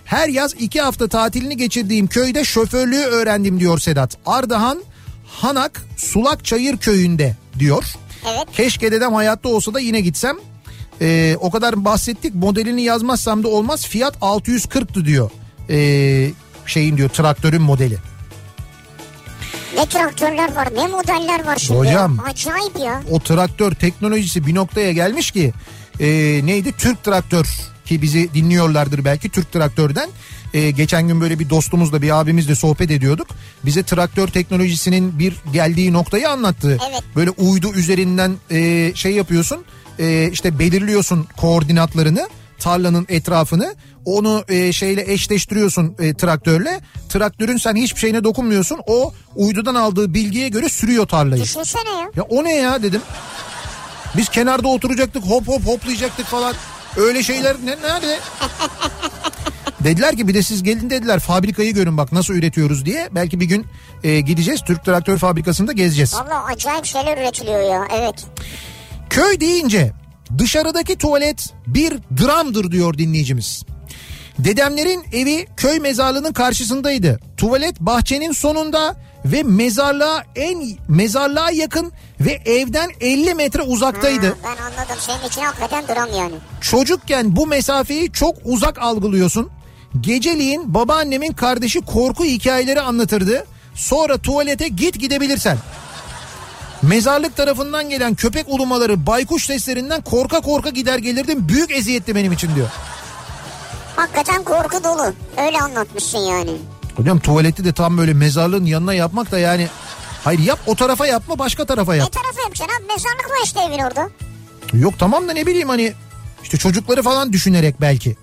Her yaz 2 hafta tatilini geçirdiğim köyde şoförlüğü öğrendim diyor Sedat. Ardahan Hanak Sulakçayır köyünde diyor. Evet. Keşke dedem hayatta olsa da yine gitsem. O kadar bahsettik, modelini yazmazsam da olmaz. Fiyat 640'tı diyor. Şeyin diyor, traktörün modeli. Ne traktörler var, ne modeller var şimdi. Hocam, acayip ya. O traktör teknolojisi bir noktaya gelmiş ki neydi? Türk Traktör, ki bizi dinliyorlardır belki Türk Traktör'den. Geçen gün böyle bir dostumuzla, bir abimizle sohbet ediyorduk. Bize traktör teknolojisinin bir geldiği noktayı anlattı. Evet. Böyle uydu üzerinden şey yapıyorsun, işte belirliyorsun koordinatlarını, tarlanın etrafını. Onu şeyle eşleştiriyorsun, traktörle. Traktörün sen hiçbir şeyine dokunmuyorsun. O uydudan aldığı bilgiye göre sürüyor tarlayı. Düşünsene ya. Ya o ne ya dedim. Biz kenarda oturacaktık, hop hop hoplayacaktık falan. Öyle şeyler nerede? Dediler ki bir de siz gelin dediler, fabrikayı görün bak nasıl üretiyoruz diye. Belki bir gün gideceğiz, Türk Traktör fabrikasında gezeceğiz. Vallahi acayip şeyler üretiliyor ya, evet. Köy deyince dışarıdaki tuvalet bir dramdır diyor dinleyicimiz. Dedemlerin evi köy mezarlığının karşısındaydı. Tuvalet bahçenin sonunda ve mezarlığa yakın ve evden 50 metre uzaktaydı. Ben anladım, senin için hakikaten dram yani. Çocukken bu mesafeyi çok uzak algılıyorsun. Geceliğin babaannemin kardeşi korku hikayeleri anlatırdı. Sonra tuvalete gidebilirsen. Mezarlık tarafından gelen köpek ulumaları, baykuş seslerinden korka korka gider gelirdim. Büyük eziyetti benim için diyor. Hakikaten korku dolu. Öyle anlatmışsın yani. Hocam tuvaleti de tam böyle mezarlığın yanına yapmak da yani... Hayır, yap o tarafa yapma, başka tarafa yap. Ne tarafa yapacaksın abi? Mezarlık var işte evin orada. Yok tamam da ne bileyim hani işte çocukları falan düşünerek belki.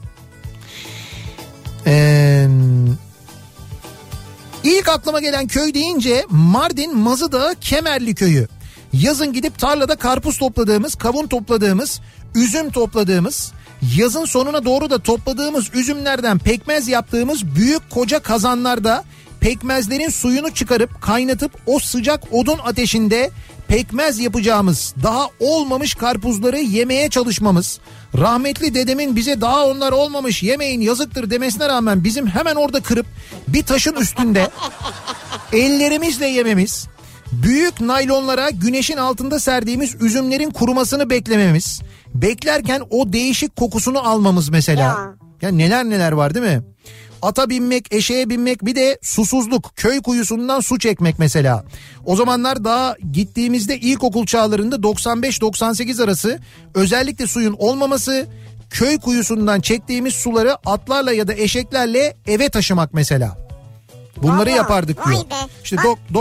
İlk aklıma gelen köy deyince Mardin Mazıdağı Kemerli köyü. Yazın gidip tarlada karpuz topladığımız, kavun topladığımız, üzüm topladığımız, yazın sonuna doğru da topladığımız üzümlerden pekmez yaptığımız büyük koca kazanlarda pekmezlerin suyunu çıkarıp kaynatıp o sıcak odun ateşinde pekmez yapacağımız, daha olmamış karpuzları yemeye çalışmamız, rahmetli dedemin bize daha onlar olmamış yemeyin yazıktır demesine rağmen bizim hemen orada kırıp bir taşın üstünde ellerimizle yememiz, büyük naylonlara güneşin altında serdiğimiz üzümlerin kurumasını beklememiz, beklerken o değişik kokusunu almamız mesela. Ya neler neler var değil mi? Ata binmek, eşeğe binmek, bir de susuzluk, köy kuyusundan su çekmek mesela. O zamanlar daha gittiğimizde ilkokul çağlarında 95-98 arası özellikle suyun olmaması, köy kuyusundan çektiğimiz suları atlarla ya da eşeklerle eve taşımak mesela. Bunları yapardık diyor. İşte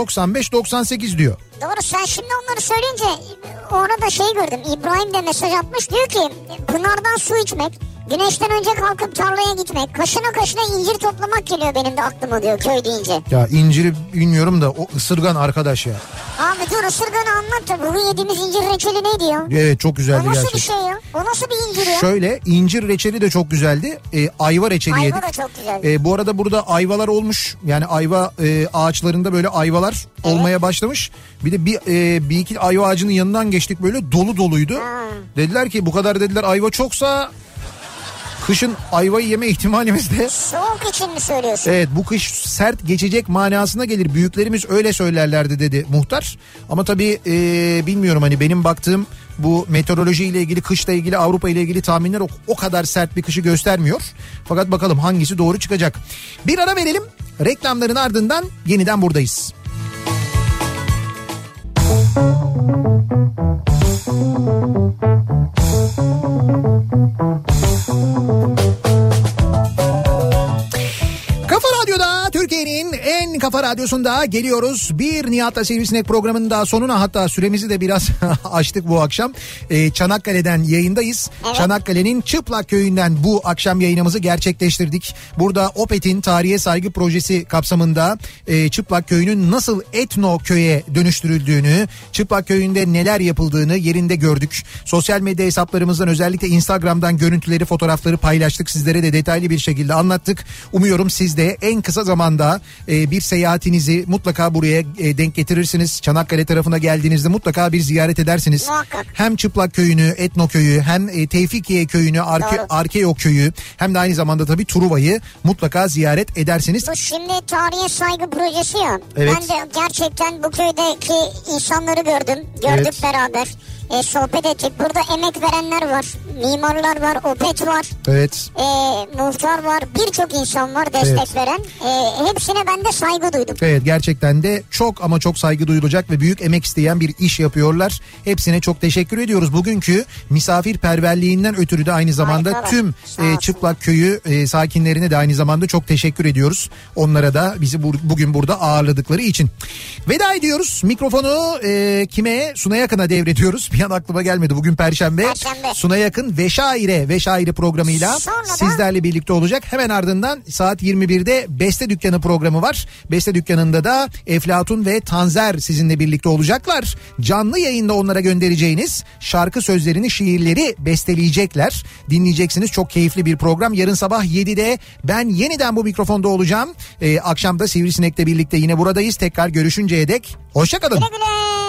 95-98 diyor. Doğru, sen şimdi onları söyleyince orada şey gördüm. İbrahim de mesaj atmış, diyor ki pınardan su içmek, güneşten önce kalkıp tarlaya gitmek, kaşına kaşına incir toplamak geliyor benim de aklıma diyor köy deyince. Ya inciri bilmiyorum da o ısırgan arkadaş ya. Abi dur, ısırganı anlat da bugün yediğimiz incir reçeli neydi ya? Evet, çok güzeldi gerçekten. O nasıl bir şey ya? O nasıl bir incir ya? Şöyle, incir reçeli de çok güzeldi. Ayva reçeli yedik. Ayva da çok güzeldi. Bu arada burada ayvalar olmuş. Yani ayva ağaçlarında böyle ayvalar olmaya başlamış. Bir de bir iki ayva ağacının yanından geçtik, böyle dolu doluydu. Dediler ki bu kadar dediler ayva çoksa kışın ayvayı yeme ihtimalimiz de... Soğuk için mi söylüyorsun? Evet, bu kış sert geçecek manasına gelir. Büyüklerimiz öyle söylerlerdi dedi muhtar. Ama tabii bilmiyorum, hani benim baktığım bu meteoroloji ile ilgili, kışla ilgili, Avrupa ile ilgili tahminler o kadar sert bir kışı göstermiyor. Fakat bakalım hangisi doğru çıkacak. Bir ara verelim. Reklamların ardından yeniden buradayız. Kafa Radyo'da, Türkiye'nin en kafa radyosunda geliyoruz. Bir Nihat'la Sivrisinek programının daha sonuna, hatta süremizi de biraz açtık bu akşam. Çanakkale'den yayındayız. Evet. Çanakkale'nin Çıplak Köyü'nden bu akşam yayınımızı gerçekleştirdik. Burada Opet'in Tarihe Saygı Projesi kapsamında Çıplak Köyü'nün nasıl etno köye dönüştürüldüğünü, Çıplak Köyü'nde neler yapıldığını yerinde gördük. Sosyal medya hesaplarımızdan, özellikle Instagram'dan görüntüleri, fotoğrafları paylaştık. Sizlere de detaylı bir şekilde anlattık. Umuyorum siz de en kısa zamanda bir seyahat saatinizi mutlaka buraya denk getirirsiniz. Çanakkale tarafına geldiğinizde mutlaka bir ziyaret edersiniz. Muhakkak. Hem Çıplak Köyü'nü, Etno Köyü, hem Tevfikiye Köyü'nü, Arkeo Köyü, hem de aynı zamanda tabii Truva'yı mutlaka ziyaret edersiniz. Bu şimdi tarihe saygı projesi ya. Evet. Ben de gerçekten bu köydeki insanları gördük Evet. beraber. Sohbet ettik. Burada emek verenler var. Mimarlar var, OPET var. Evet. Muhtar var. Birçok insan var destek veren. Hepsine ben de saygı duydum. Evet, gerçekten de çok ama çok saygı duyulacak ve büyük emek isteyen bir iş yapıyorlar. Hepsine çok teşekkür ediyoruz. Bugünkü misafirperverliğinden ötürü de aynı zamanda Harika, tüm sağ olsun. Çıplak Köyü sakinlerine de aynı zamanda çok teşekkür ediyoruz. Onlara da bizi bugün burada ağırladıkları için. Veda ediyoruz. Mikrofonu kime? Sunay Akın'a devrediyoruz. Bir an aklıma gelmedi. Bugün Perşembe. Sunay Akın Veşaire programıyla Sonra da sizlerle birlikte olacak. Hemen ardından saat 21'de Beste Dükkanı programı var. Beste Dükkanı'nda da Eflatun ve Tanzer sizinle birlikte olacaklar. Canlı yayında onlara göndereceğiniz şarkı sözlerini, şiirleri besteleyecekler. Dinleyeceksiniz. Çok keyifli bir program. Yarın sabah 7'de ben yeniden bu mikrofonda olacağım. Akşam da Sivrisinek'le birlikte yine buradayız. Tekrar görüşünceye dek hoşça kalın. güle güle.